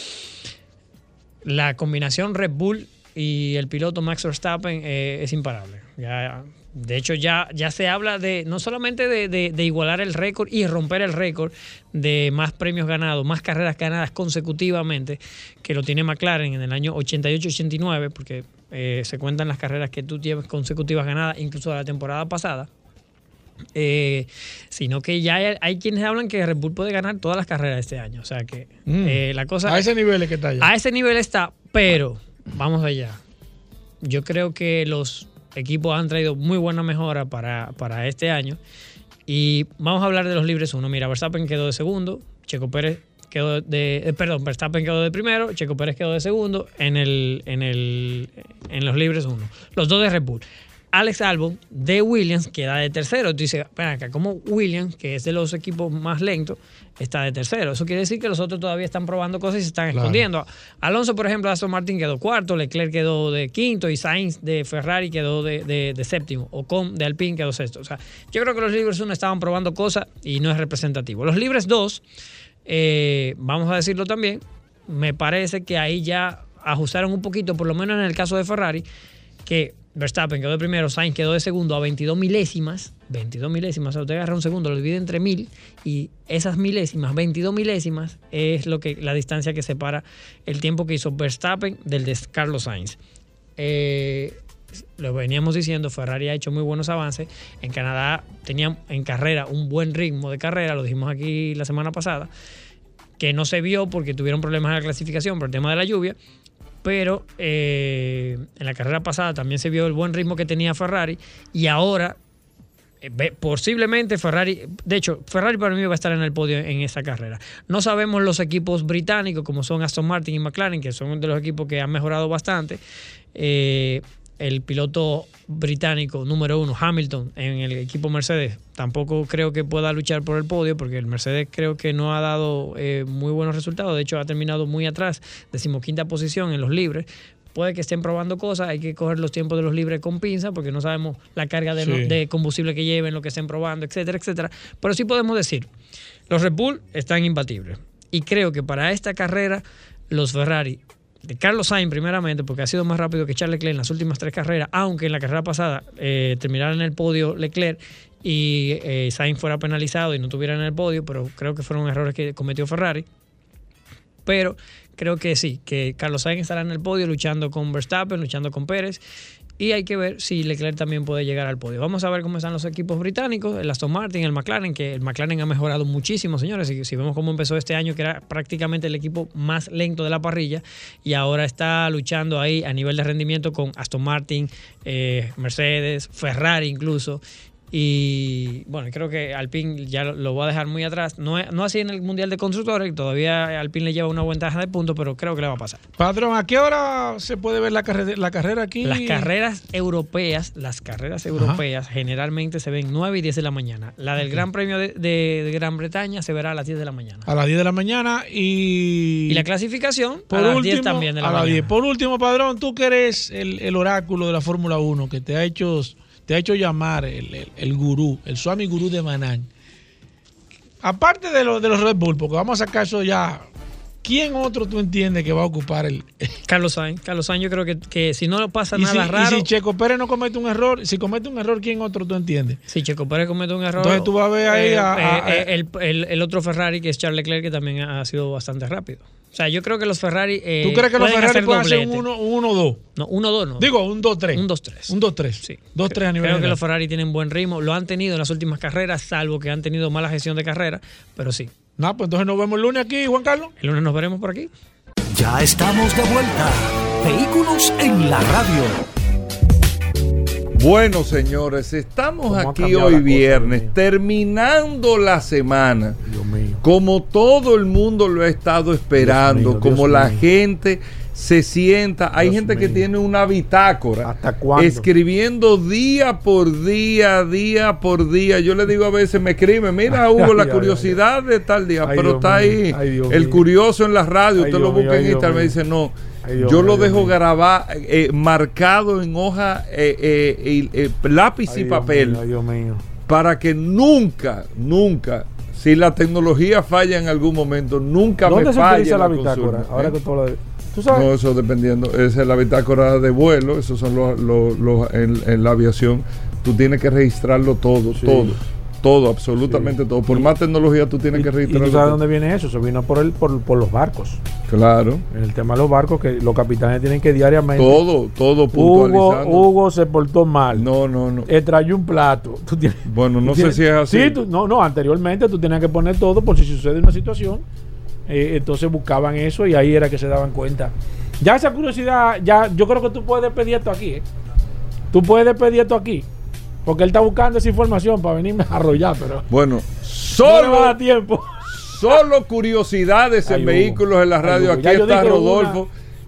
la combinación Red Bull y el piloto Max Verstappen eh, es imparable. Ya, de hecho, ya, ya se habla de no solamente de, de, de igualar el récord y romper el récord de más premios ganados, más carreras ganadas consecutivamente, que lo tiene McLaren en el año ochenta y ocho ochenta y nueve, porque eh, se cuentan las carreras que tú tienes consecutivas ganadas, incluso de la temporada pasada. Eh, sino que ya hay, hay quienes hablan que Red Bull puede ganar todas las carreras de este año. O sea que mm. eh, la cosa... A ese nivel es que está ya. A ese nivel está, pero vamos allá. Yo creo que los equipos han traído muy buena mejora para, para este año. Y vamos a hablar de los libres uno. Mira, Verstappen quedó de segundo, Checo Pérez quedó de... Eh, perdón, Verstappen quedó de primero, Checo Pérez quedó de segundo en, el, en, el, en los libres uno. Los dos de Red Bull. Alex Albon de Williams queda de tercero. Tú dices, ven acá, como Williams, que es de los equipos más lentos, está de tercero. Eso quiere decir que los otros todavía están probando cosas y se están claro. escondiendo. Alonso, por ejemplo, Aston Martin quedó cuarto, Leclerc quedó de quinto y Sainz de Ferrari quedó de, de, de séptimo. Ocon de Alpine quedó sexto. O sea, yo creo que los libres uno estaban probando cosas y no es representativo. Los libres dos, eh, vamos a decirlo también, me parece que ahí ya ajustaron un poquito, por lo menos en el caso de Ferrari, que Verstappen quedó de primero, Sainz quedó de segundo a veintidós milésimas. veintidós milésimas, o sea, usted agarra un segundo, lo divide entre mil y esas milésimas, veintidós milésimas, es lo que la distancia que separa el tiempo que hizo Verstappen del de Carlos Sainz. Eh, lo veníamos diciendo, Ferrari ha hecho muy buenos avances. En Canadá tenían en carrera un buen ritmo de carrera, lo dijimos aquí la semana pasada, que no se vio porque tuvieron problemas en la clasificación por el tema de la lluvia. Pero eh, en la carrera pasada también se vio el buen ritmo que tenía Ferrari y ahora eh, posiblemente Ferrari, de hecho Ferrari para mí va a estar en el podio en esa carrera. No sabemos los equipos británicos como son Aston Martin y McLaren, que son de los equipos que han mejorado bastante. Eh, el piloto británico número uno, Hamilton, en el equipo Mercedes, tampoco creo que pueda luchar por el podio porque el Mercedes creo que no ha dado eh, muy buenos resultados. De hecho, ha terminado muy atrás, decimoquinta posición en los libres. Puede que estén probando cosas, hay que coger los tiempos de los libres con pinza porque no sabemos la carga de, sí. lo, de combustible que lleven, lo que estén probando, etcétera, etcétera. Pero sí podemos decir, los Red Bull están imbatibles. Y creo que para esta carrera, los Ferrari, de Carlos Sainz primeramente, porque ha sido más rápido que Charles Leclerc en las últimas tres carreras, aunque en la carrera pasada eh, terminara en el podio Leclerc y eh, Sainz fuera penalizado y no tuviera en el podio, pero creo que fueron errores que cometió Ferrari. Pero creo que sí, que Carlos Sainz estará en el podio luchando con Verstappen, luchando con Pérez. Y hay que ver si Leclerc también puede llegar al podio. Vamos a ver cómo están los equipos británicos, el Aston Martin, el McLaren, que el McLaren ha mejorado muchísimo, señores. Y si vemos cómo empezó este año, que era prácticamente el equipo más lento de la parrilla, y ahora está luchando ahí a nivel de rendimiento con Aston Martin, eh, Mercedes, Ferrari incluso. Y bueno, creo que Alpine ya lo, lo va a dejar muy atrás. No, no así en el Mundial de Constructores, todavía Alpine le lleva una ventaja de puntos, pero creo que le va a pasar. Patrón, ¿a qué hora se puede ver la, carre la carrera aquí? Las carreras europeas, las carreras europeas Ajá. generalmente se ven nueve y diez de la mañana. La del okay. Gran Premio de, de, de Gran Bretaña se verá a las diez de la mañana. A las diez de la mañana y... Y la clasificación por a las último, diez también de la a mañana. Las diez. Por último, Padrón, tú que eres el, el oráculo de la Fórmula uno, que te ha hecho... Te ha hecho llamar el, el, el gurú, el Swami Gurú de Manán. Aparte de, lo, de los Red Bull, porque vamos a sacar eso ya. ¿Quién otro tú entiendes que va a ocupar el...? Carlos Sainz. Carlos Sainz yo creo que, que si no pasa ¿Y nada si, raro... Y si Checo Pérez no comete un error, si comete un error, ¿quién otro tú entiendes? Si Checo Pérez comete un error... Entonces tú vas a ver ahí eh, a, a, eh, el, el, el otro Ferrari, que es Charles Leclerc, que también ha sido bastante rápido. O sea, yo creo que los Ferrari... Eh, ¿Tú crees que los Ferrari pueden hacer un uno dos? No, uno dos no. Digo, un dos tres. Un dos tres. Un dos tres. Sí. dos tres a nivel Creo general. que los Ferrari tienen buen ritmo. Lo han tenido en las últimas carreras, salvo que han tenido mala gestión de carrera, pero sí. No, pues entonces nos vemos el lunes aquí, Juan Carlos. El lunes nos veremos por aquí. Ya estamos de vuelta. Vehículos en la radio. Bueno, señores, estamos aquí hoy viernes, cosa, terminando la semana, como todo el mundo lo ha estado esperando, mío, como Dios la mío. gente se sienta. Hay Dios gente mío. que tiene una bitácora, ¿hasta cuándo? Escribiendo día por día, día por día. Yo le digo a veces, me escribe, mira Hugo, la curiosidad de tal día, ay, pero Dios está mío. ahí ay, el mío. curioso en la radio, ay, usted Dios lo busca mío, en Instagram, me dice no. Ay, Dios, yo lo dejo Dios grabar, eh, marcado en hoja, eh, eh, eh, lápiz ay, y Dios papel, mío, Dios mío. para que nunca, nunca, si la tecnología falla en algún momento, nunca me falle se la, la bitácora? Ahora ¿eh? que todo lo de... ¿Tú sabes? No, eso dependiendo, esa es la bitácora de vuelo, esos son los, los, los en, en la aviación, tú tienes que registrarlo todo, sí. todo. Todo, absolutamente sí. todo. Por más tecnología tú tienes y, que registrarlo. ¿Y tú sabes dónde viene eso? Eso vino por el por, por los barcos. Claro. En el tema de los barcos, que los capitanes tienen que diariamente... Todo, todo puntualizando. Hugo, Hugo se portó mal. No, no, no. Te trayó un plato. Tú tienes, bueno, no sé tienes, si es así. Sí, tú, no, no, anteriormente tú tenías que poner todo por si sucede una situación. Eh, entonces buscaban eso y ahí era que se daban cuenta. Ya esa curiosidad, ya yo creo que tú puedes pedir esto aquí. ¿eh? Tú puedes pedir esto aquí. Porque él está buscando esa información para venirme a arrollar, pero... Bueno, solo... No le va a dar tiempo. Solo curiosidades en Ay, Vehículos en la Radio. Ay, aquí está Rodolfo. Una...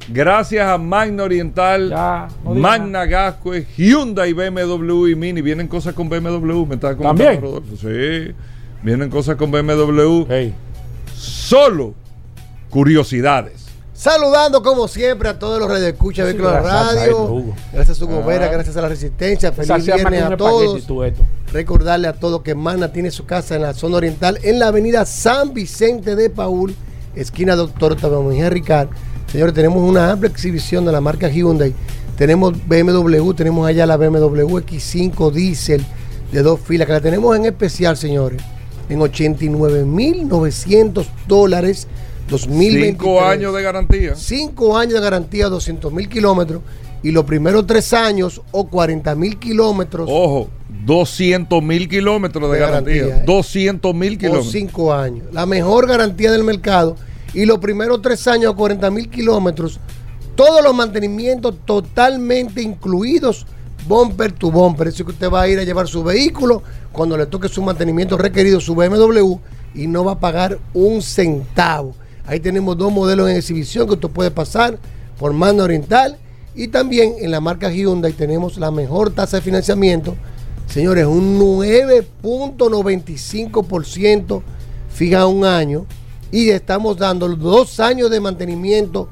Gracias a Magna Oriental, Ya, no diga Magna Gascue, Hyundai, B M W y Mini. Vienen cosas con B M W, me está comentando ¿También? Rodolfo. Sí, vienen cosas con B M W. Hey. Solo curiosidades. Saludando como siempre a todos los radioescuchas de Sí, Vehículos gracias a Radio. esto, Hugo. Gracias a Hugo Ah. Vera, gracias a la Resistencia. Esa Feliz se llama viernes un a espagueti, todos. tú, esto. Recordarle a todos que Magna tiene su casa en la zona oriental, en la avenida San Vicente de Paúl, esquina Doctor Octavio Mejía Ricard. Señores, tenemos una amplia exhibición de la marca Hyundai. Tenemos B M W, tenemos allá la B M W X cinco Diesel de dos filas, que la tenemos en especial, señores, en ochenta y nueve mil novecientos dólares. dos mil veintitrés. Cinco años de garantía. Cinco años de garantía, doscientos mil kilómetros. Y los primeros tres años o cuarenta mil kilómetros. Ojo, doscientos mil kilómetros de, De garantía. garantía, ¿eh? doscientos mil O kilómetros. cinco años. La mejor garantía del mercado. Y los primeros tres años o cuarenta mil kilómetros. Todos los mantenimientos totalmente incluidos. Bumper to bumper. Es decir, que usted va a ir a llevar su vehículo cuando le toque su mantenimiento requerido, su B M W, y no va a pagar un centavo. Ahí tenemos dos modelos en exhibición que usted puede pasar por Magna Oriental. Y también en la marca Hyundai tenemos la mejor tasa de financiamiento. Señores, un nueve punto noventa y cinco por ciento fija un año. Y estamos dando dos años de mantenimiento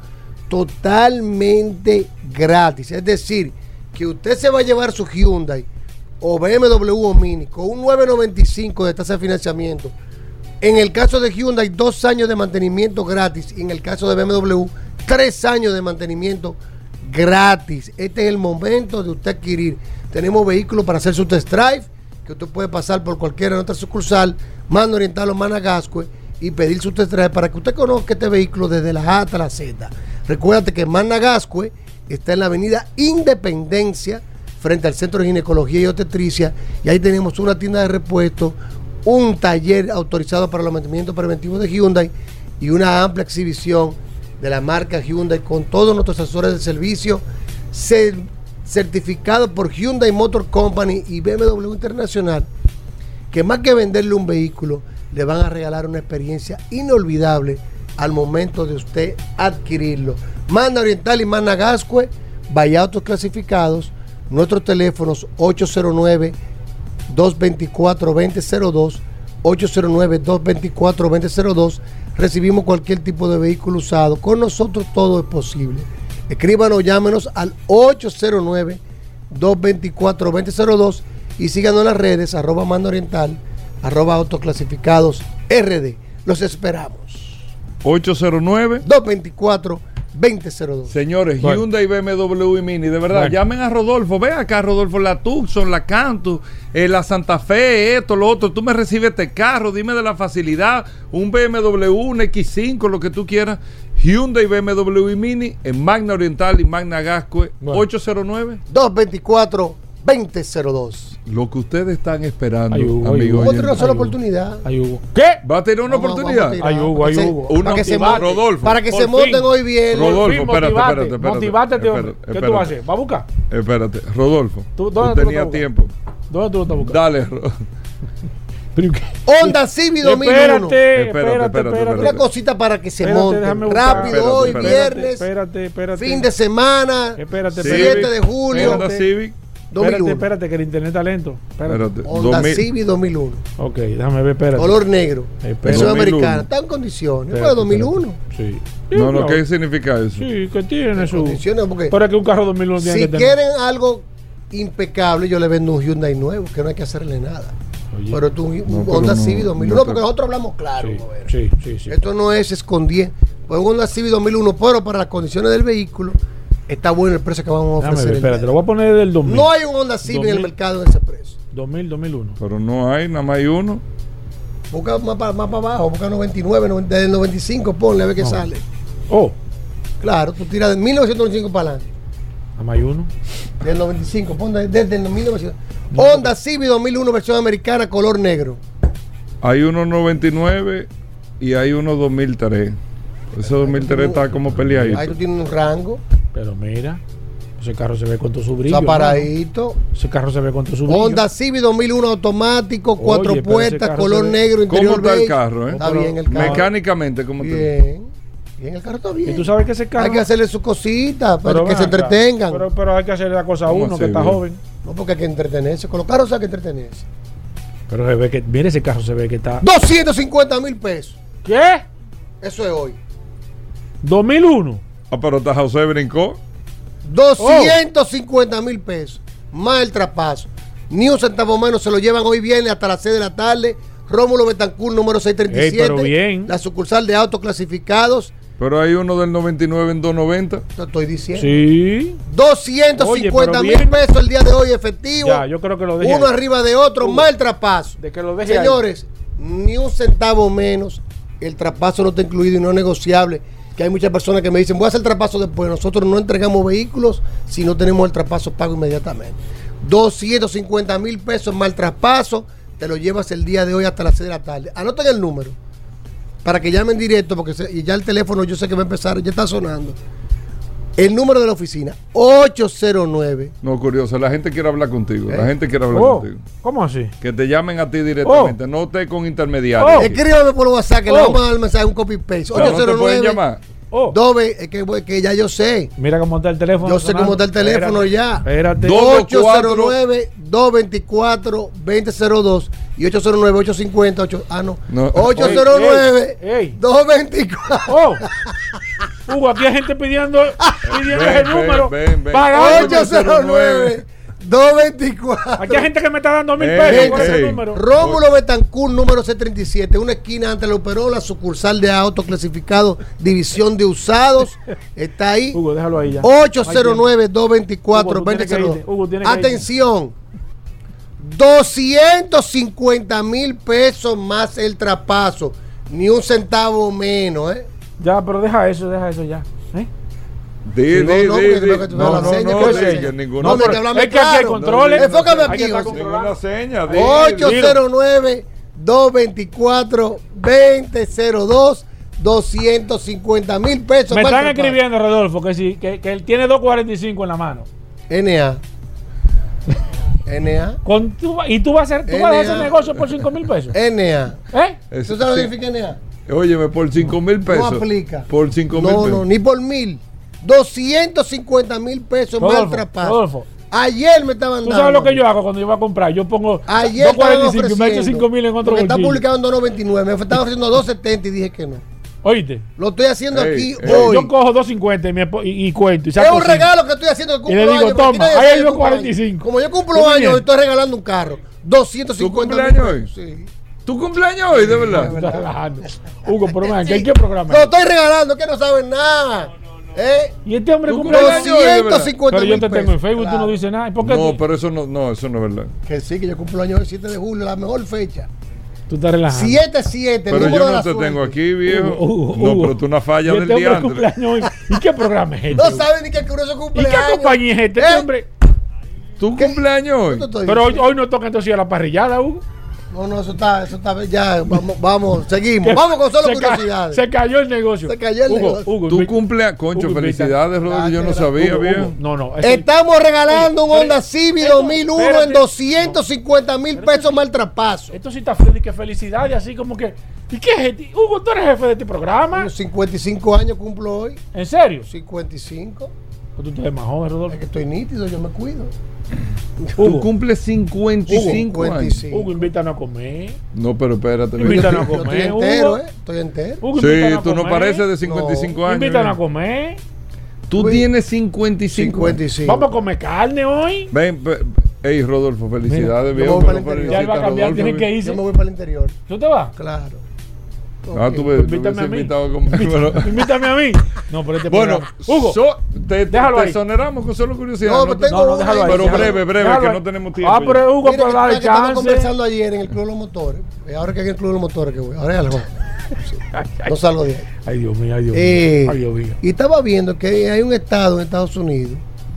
totalmente gratis. Es decir, que usted se va a llevar su Hyundai o B M W o Mini con un nueve noventa y cinco de tasa de financiamiento. En el caso de Hyundai, dos años de mantenimiento gratis. Y en el caso de B M W, tres años de mantenimiento gratis. Este es el momento de usted adquirir. Tenemos vehículos para hacer su test drive, que usted puede pasar por cualquiera de nuestra sucursal, Magna Oriental o Magna Gascue, y pedir su test drive para que usted conozca este vehículo desde la A hasta la Z. Recuérdate que Magna Gascue está en la avenida Independencia, frente al Centro de Ginecología y Obstetricia, y ahí tenemos una tienda de repuestos, un taller autorizado para los mantenimientos preventivos de Hyundai y una amplia exhibición de la marca Hyundai con todos nuestros asesores de servicio cer- certificados por Hyundai Motor Company y B M W Internacional, que más que venderle un vehículo, le van a regalar una experiencia inolvidable al momento de usted adquirirlo. Magna Oriental y Magna Gascue, vaya autos clasificados, nuestros teléfonos ocho cero nueve, dos dos cuatro, dos cero cero dos, ocho cero nueve, dos dos cuatro, dos cero cero dos. Recibimos cualquier tipo de vehículo usado. Con nosotros todo es posible. Escríbanos, llámenos al ocho cero nueve, dos dos cuatro, dos cero cero dos y síganos en las redes, arroba Magna Oriental, arroba autoclasificados R D. Los esperamos. ocho cero nueve, dos dos cuatro, dos cero cero dos. Señores, Bueno. Hyundai, B M W y Mini, de verdad, Bueno. llamen a Rodolfo. Ve acá, Rodolfo, la Tucson, la Cantus, eh, la Santa Fe, esto, lo otro. Tú me recibes este carro, dime de la facilidad. Un B M W, un X cinco, lo que tú quieras. Hyundai, B M W y Mini en Magna Oriental y Magna Gascue. Bueno. ocho cero nueve, dos dos cuatro, dos cero cero dos. lo que ustedes están esperando, Ay, Hugo, amigos. ay, Hugo. Vamos a tener una oyentes. sola Ay, Hugo. oportunidad. Ay, Hugo. ¿Qué? ¿Va a tener una Vamos- oportunidad? vamos a tirar. Ay, Hugo, Para ay, que se- Hugo. Una para que se motivada, monten, Rodolfo. para que Por se monten fin. hoy viernes. Rodolfo, Por fin, espérate, motivate, espérate, espérate. motivate, tío. Espérate, ¿Qué tú espérate. vas a hacer? ¿Va a buscar? Espérate, Rodolfo. ¿Tú- Tú, dónde tú lo tenías estás tiempo. ¿Dónde tú lo estás buscando? Dale, Ro- Pero, ¿qué? Honda Civic dos mil uno. Espérate, Espérate, espérate, espérate, espérate. Una cosita para que se Espérate, monten. déjame buscar. Rápido Espérate, hoy, espérate. viernes, Espérate, espérate. fin de semana, Espérate, Sí. espérate. siete de julio, Honda Civic. dos mil Espérate, uno. espérate, que el internet está lento. Espérate. Espérate. Honda dos mil. Civic dos mil uno. Ok, déjame ver, espérate. Color negro. Espérate. Versión dos mil uno. americana. Está en condiciones. Espérate, Fue de dos mil uno. espérate. Sí. No, no, Sí, ¿qué significa eso? Sí, que tiene su. Condiciones porque Pero es que un carro dos mil uno tiene si que tener. quieren algo impecable, yo le vendo un Hyundai nuevo, que no hay que hacerle nada. Oye. Pero tú, un No, pero Honda no, Civic dos mil uno, no te- porque nosotros hablamos claro. Sí, Gobera. sí, sí, sí. Esto no es escondiendo. Pues un Honda Civic dos mil uno, pero para las condiciones del vehículo, está bueno el precio que vamos a Déjame ofrecer. ver, el espérate, día lo de voy a poner del dos hoy. mil. No hay un Honda Civic en el dos mil. mercado en ese precio. dos mil, dos mil uno. Pero no hay, nada más hay uno. Busca más para más pa abajo, busca noventa y nueve, noventa, desde el noventa y cinco, ponle a ver qué No. sale. Oh, Claro, tú tiras de mil novecientos noventa y cinco para adelante. nada más hay uno. Del noventa y cinco, pon de- desde el mil novecientos. Honda Civic dos mil uno, versión americana, color negro. Hay uno noventa y nueve y hay uno dos mil tres. Ese dos mil tres está como peleadito. Ahí tú tienes un rango, Pero mira, ese carro se ve con todo su brillo. está hermano. paradito. Ese carro se ve con todo su brillo. Honda Civic dos mil uno automático, cuatro Oye, pero ese puertas, carro color se ve- negro, ¿Cómo interior está el beige. carro, eh? Está bien el carro. Mecánicamente, ¿cómo está? Bien. Bien, el carro está bien. Y tú sabes que ese carro. Hay que hacerle sus cositas para Pero que ven se acá, entretengan. Pero, pero hay que hacerle la cosa a ¿Cómo uno así, que está bien? joven. No, porque hay que entretenerse. Con los carros hay que entretenerse. Pero se ve que, mire ese carro, se ve que está. doscientos cincuenta mil pesos. ¿Qué? Eso es hoy. dos mil uno. Ah, pero está José brincó. doscientos cincuenta mil pesos. Más el traspaso. Ni un centavo menos se lo llevan hoy viernes hasta las seis de la tarde. Rómulo Betancourt, número seiscientos treinta y siete. Ey, pero bien. La sucursal de autos clasificados. Pero hay uno del noventa y nueve en doscientos noventa. Te estoy diciendo. Sí. doscientos cincuenta Oye, mil pero bien. pesos el día de hoy efectivo. Ya, yo creo que lo deje Uno ahí. arriba de otro, Hugo, más el traspaso. de que lo deje Señores, ni un centavo menos. El traspaso no está incluido y no es negociable. Que hay muchas personas que me dicen, voy a hacer el traspaso después. Nosotros no entregamos vehículos si no tenemos el traspaso pago inmediatamente. doscientos cincuenta mil pesos más el traspaso. Te lo llevas el día de hoy hasta las seis de la tarde. Anoten el número para que llamen directo, porque se, y ya el teléfono yo sé que va a empezar, ya está sonando. El número de la oficina, ocho cero nueve. No, curioso, la gente quiere hablar contigo. ¿Eh? La gente quiere hablar Oh, contigo. ¿cómo así? Que te llamen a ti directamente, Oh. no esté con intermediarios. Oh. Escríbame por WhatsApp que le Oh. vamos a dar el mensaje, un copy paste. Pero no te pueden llamar. Oh, Dove, es que, que ya yo sé. mira cómo está el teléfono. Yo sé cómo está el teléfono Espérate, ya. Espérate. Dos. ocho cero nueve, dos dos cuatro, dos cero cero dos y ocho cero nueve, ocho cinco cero, ocho, ah no, No. ocho cero nueve, Ey, ey. dos dos cuatro, Oh, Hugo, aquí hay gente pidiendo, pidiendo Ven, ese ven, número. ven, ven. Pagando. ocho cero nueve, dos dos cuatro. Aquí hay gente que me está dando mil Ey, pesos por ese ey. número. Rómulo Betancourt, número C treinta y siete, una esquina ante la Operola, sucursal de autos clasificados, división de usados, está ahí. Hugo, déjalo ahí ya. ocho cero nueve, dos dos cuatro, Hugo, tú dos tienes que cero irte. Hugo, tienes que Atención, doscientos cincuenta mil pesos más el traspaso, ni un centavo menos, ¿eh? Ya, pero deja eso, deja eso ya. ¿Eh? Di, Sí, no, di, no, di, porque di. creo que tú No, das no, la seña, no, ¿qué di, seña? que ninguna, No, me pero que háblame es que aquí hay claro. controles. Enfócame Hay que aquí, estar José. ninguna seña. di, ocho di. cero nueve, dos dos cuatro, dos cero dos, doscientos cincuenta mil pesos. Me para están el traspaso. escribiendo, Rodolfo, que, sí, que, que él tiene dos cuarenta y cinco en la mano. N A. N A. Con tú, y tú vas a hacer, tú vas a hacer N A. negocio por cinco mil pesos. N A. ¿Eh? Es- ¿Tú sabes lo que sí. significa N A? Óyeme, por cinco mil pesos. No aplica. Por cinco mil No, pesos. no, ni por mil. doscientos cincuenta mil pesos más el Rodolfo, traspaso. Rodolfo, Ayer me estaban tú dando. sabes lo que yo hago cuando yo voy a comprar. Yo pongo Ayer dos cuarenta y cinco y estaban me echo ofreciendo, cinco mil en otro porque está bolsillo. publicado en dos noventa y nueve. Me estaba ofreciendo dos setenta y dije que no. Oíste, Lo estoy haciendo Ey, aquí ey. hoy. yo cojo dos cincuenta y, me po- y, y cuento. Y Es saco un cinco. regalo que estoy haciendo de Y le digo, cumpleaños, porque toma, nadie ahí sabe hay de dos cumpleaños. cuarenta y cinco. Como yo cumplo Muy años, bien. estoy regalando un carro. doscientos cincuenta ¿Tu mil cumpleaños pesos. Sí. ¿Tu cumpleaños hoy, de verdad? Tú estás relajando. Hugo, pero man, ¿qué, ¿qué programa Lo es? estoy regalando, que no saben nada. ¿Eh? Y este hombre ¿Tu cumple cumpleaños hoy, de verdad? doscientos cincuenta Pero yo mil te pesos. tengo en Facebook, tú no Claro. dices nada. ¿Y por qué No, tú, pero eso no, no, eso no es verdad. Que sí, que yo cumplo años el siete de julio, la mejor fecha. tú estás relajando? siete siete, Pero número yo de no la te suerte. tengo aquí, viejo. Hugo, Hugo, No, Hugo. pero tú una falla Y del este hombre diantre. cumpleaños hoy. ¿Y qué programa es este? No Hugo? saben ni que el curioso ¿Y cumpleaños. qué compañía es este? Este ¿Eh? hombre. ¿Tu ¿Qué? cumpleaños hoy? Yo te estoy Pero hoy, diciendo. hoy no toca entonces a la parrillada, Hugo. No, no, eso está, eso está, ya, vamos, vamos, seguimos. Que Vamos con solo se ca- curiosidades. Se cayó el negocio. Se cayó el Hugo, negocio. Hugo, Tu invita- cumpleaños, concho, Hugo, invita. felicidades, Rodolfo. Yo no Gracias, sabía, Hugo, viejo. Hugo, No, no. eso- Estamos regalando Oye, un pero- Honda Civic esto- dos mil uno espérate. en doscientos cincuenta mil pesos más el traspaso. Esto sí está Freddy, que felicidades, así como que. ¿Y qué es este? Hugo, tú eres jefe de este programa. Tengo cincuenta y cinco años cumplo hoy. ¿En serio? cincuenta y cinco. Pues tú eres más joven, Es Rodolfo. que estoy nítido, yo me cuido. Tú Hugo, cumples cincuenta y cinco años. cincuenta y cinco. Hugo, invítanos a comer. No, pero espérate. Invítanos a Yo estoy comer, entero, Hugo. ¿eh? Estoy entero. Hugo, Sí, invítanos a tú no comer. pareces de cincuenta y cinco No. años. Invítanos a viejo. comer. Tú Uy. tienes cincuenta y cinco. cincuenta y años. cinco. Vamos a comer carne hoy. Ven, ve- ey, Rodolfo, felicidades, Mira, viejo. yo me voy pero para el interior. Ya él va a felicita, cambiar, Rodolfo, tiene que bien. irse. Yo me voy para el interior. ¿Tú te vas? Claro. Ah, Ok. tú ves, tú Invítame a hubieses mí. invitado a comer, pero- Invítame a mí. No, pero este Bueno, programa- Hugo, so- te, déjalo te ahí. exoneramos con solo curiosidad. No, no pero te- tengo no, no, una déjalo ahí. ahí. pero déjalo breve, ahí. breve, Déjalo que ahí. no tenemos tiempo. Ah, pero Hugo, Mira, pero que, dale que estaba chance. conversando ayer en el Club de los Motores. Y ahora que hay en el Club de los Motores que voy. Ahora es algo. Ay, ay, No salgo de ahí. ay, Dios mío, ay, Dios Eh, mío. Ay, Dios mío. y estaba viendo que hay un estado en Estados Unidos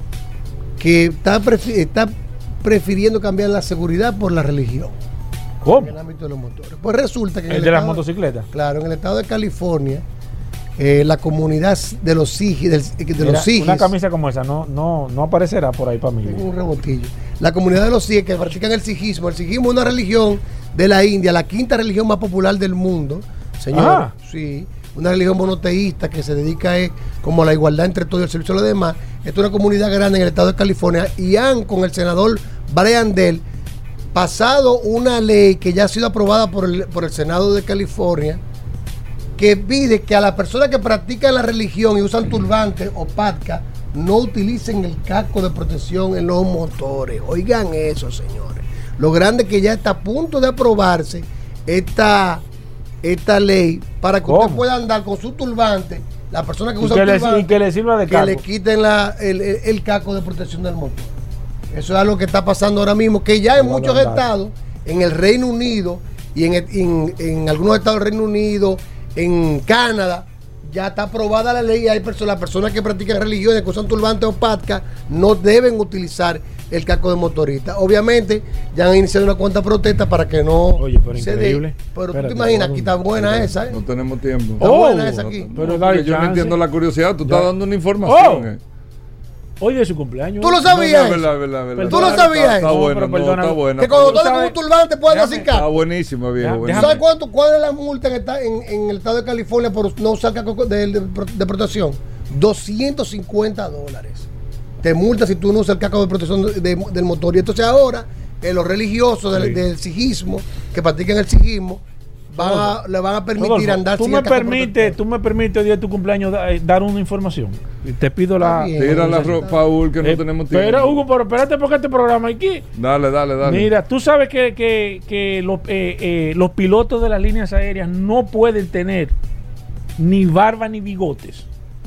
que está, prefi- está prefiriendo cambiar la seguridad por la religión en ¿Cómo? el ámbito de los motores. Pues resulta que en El de las estado- motocicletas. Claro, en el estado de California, eh, la comunidad de los sigis, del- de Mira, los sigis, una camisa como esa no, no, no aparecerá por ahí para mí. tengo un rebotillo. La comunidad de los sigis que practican el sijismo. El sijismo es una religión de la India, la quinta religión más popular del mundo. Señor, Ah. sí. una religión monoteísta que se dedica a, como a la igualdad entre todos y el servicio a los demás. Esta es una comunidad grande en el estado de California y han, con el senador Brian Dell, pasado una ley que ya ha sido aprobada por el, por el Senado de California, que pide que a las personas que practican la religión y usan turbantes o patca no utilicen el casco de protección en los motores. Oigan eso, señores. Lo grande que ya está a punto de aprobarse esta, esta ley para que ¿Cómo? usted pueda andar con su turbante, la persona que Y usa que el le- turbante, y que le sirva de que casco. le quiten la, el, el, el casco de protección del motor. Eso es algo que está pasando ahora mismo, que ya en No, muchos no, no. estados, en el Reino Unido y en, en, en algunos estados del Reino Unido, en Canadá, ya está aprobada la ley y hay personas, las personas que practican religiones, que usan turbantes o patcas, no deben utilizar el casco de motorista. Obviamente, ya han iniciado una cuanta protesta para que no Oye, pero se increíble. dé. Pero Espérate, tú te imaginas, vamos. aquí está buena esa, ¿eh? No tenemos tiempo. Está Oh, buena esa aquí. pero Porque dale yo no chance. entiendo la curiosidad. Tú Ya. estás dando una información. Oh. eh. Hoy de su cumpleaños. ¿Tú lo No, sabías? no, eso? verdad, verdad, verdad. ¿Tú lo Está- sabías Está, está eso? bueno, No, pero no, perdona. está bueno. Que cuando tú Tú andas con sabes- un turbante puedes andar Déjame- sin Está casco. buenísimo, viejo. Ya, ¿Tú buenísimo. sabes cuánto, cuál es la multa en, esta- en, en el estado de California por no usar casco de, de- de protección? doscientos cincuenta dólares. Te multa si tú no usas el casco de protección de- de- del motor. Y entonces ahora, eh, los religiosos del, Sí. del sijismo, que practican el sijismo, van a, le van a permitir Rodolfo, andar tú sin me el casco permites, protector. tú me permites el día de tu cumpleaños da- eh, dar una información. Y te pido la. Está bien. Tira la ropa, Paul, que no Eh, tenemos tiempo. Espera, Hugo, pero espérate porque este programa aquí. Dale, dale, dale. Mira, tú sabes que, que, que los, eh, eh, los pilotos de las líneas aéreas no pueden tener ni barba ni bigotes.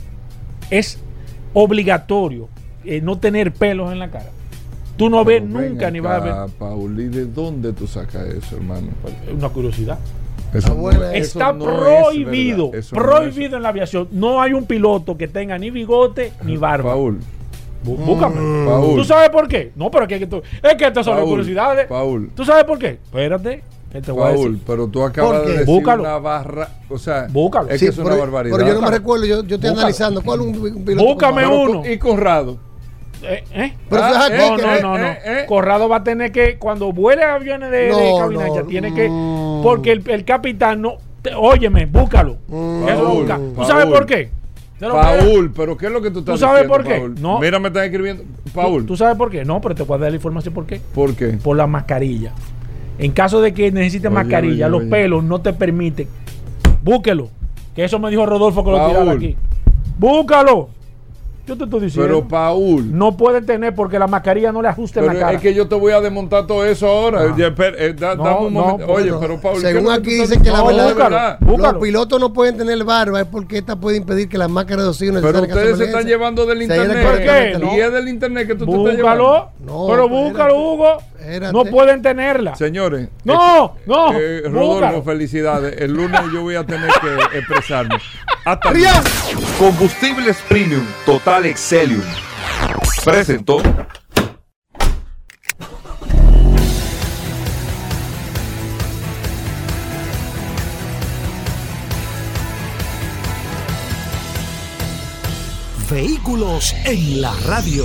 Es obligatorio eh, no tener pelos en la cara. Tú no ves Pero ven nunca ni vas a ver. acá, Paul, ¿y de dónde tú sacas eso, hermano? Es una curiosidad. Eso Ah, bueno, eso Está no es prohibido, verdad. Eso no prohibido es- en la aviación. No hay un piloto que tenga ni bigote ni barba. Paul, Bú- Búscame. Paul. ¿Tú sabes por qué? No, pero es que, tú- es que estas son las Paul, curiosidades. Paul. ¿Tú sabes por qué? Espérate, que te voy a Paul, decir. pero tú acabas ¿Por de qué? decir Búscalo. una barra, o sea, Búscalo. es Sí, que es una pero, barbaridad. pero yo no me Búscalo. recuerdo, yo, yo estoy Búscalo. analizando cuál es un, un piloto. Búscame con Pero uno. con- y Conrado. Eh, ¿eh? Pero Ah, eso es aquí, No, que- no, eh, no, no. eh, eh. Corrado va a tener que, cuando vuele aviones de, de No, cabina ancha, no, tiene que, mm. porque el, el capitán no, te- óyeme, búscalo. Mm. Eso lo Paul, busca. ¿Tú Paul. sabes por qué? Te lo voy a- Paul, pero ¿qué es lo que tú estás ¿Tú sabes diciendo, por qué? Paul? No. Mira, me están escribiendo. Paul, ¿Tú, tú sabes por qué? No, pero te voy a dar la información por qué. ¿por qué? Por la mascarilla. En caso de que necesites Oye, mascarilla, oye, los oye. pelos no te permiten. Búsquelo. Que eso me dijo Rodolfo que lo Paul. tirara aquí. Búscalo. Yo te estoy diciendo. Pero Paul, no pueden tener porque la mascarilla no le ajusta en pero la cara. es que yo te voy a desmontar todo eso ahora. Ah. Ya, espera, eh, da- No, dame un no, momento. bueno, Oye, pero Paul, ¿qué según es lo que aquí tú estás dice que la diciendo? verdad- No, de verdad. Búscalo. Los pilotos no pueden tener barba, es porque esta puede impedir que las máscaras de oxígeno Pero necesarias en caso de ustedes se están emergencia llevando del se llenen internet. ¿Por correctamente. qué? Y No. es del internet que tú te estás llevando. Búscalo. No, pero espérate. búscalo, Hugo. Espérate. No pueden tenerla. Señores. No, eh, no, eh, búscalo. Rodolfo, felicidades. El lunes yo voy a tener que expresarme. Hasta luego. ¡Ria! Combustibles Premium Total Excelium presentó. Vehículos en la radio.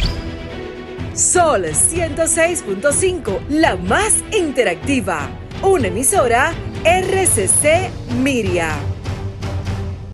Sol ciento seis punto cinco, la más interactiva. Una emisora R C C Miria.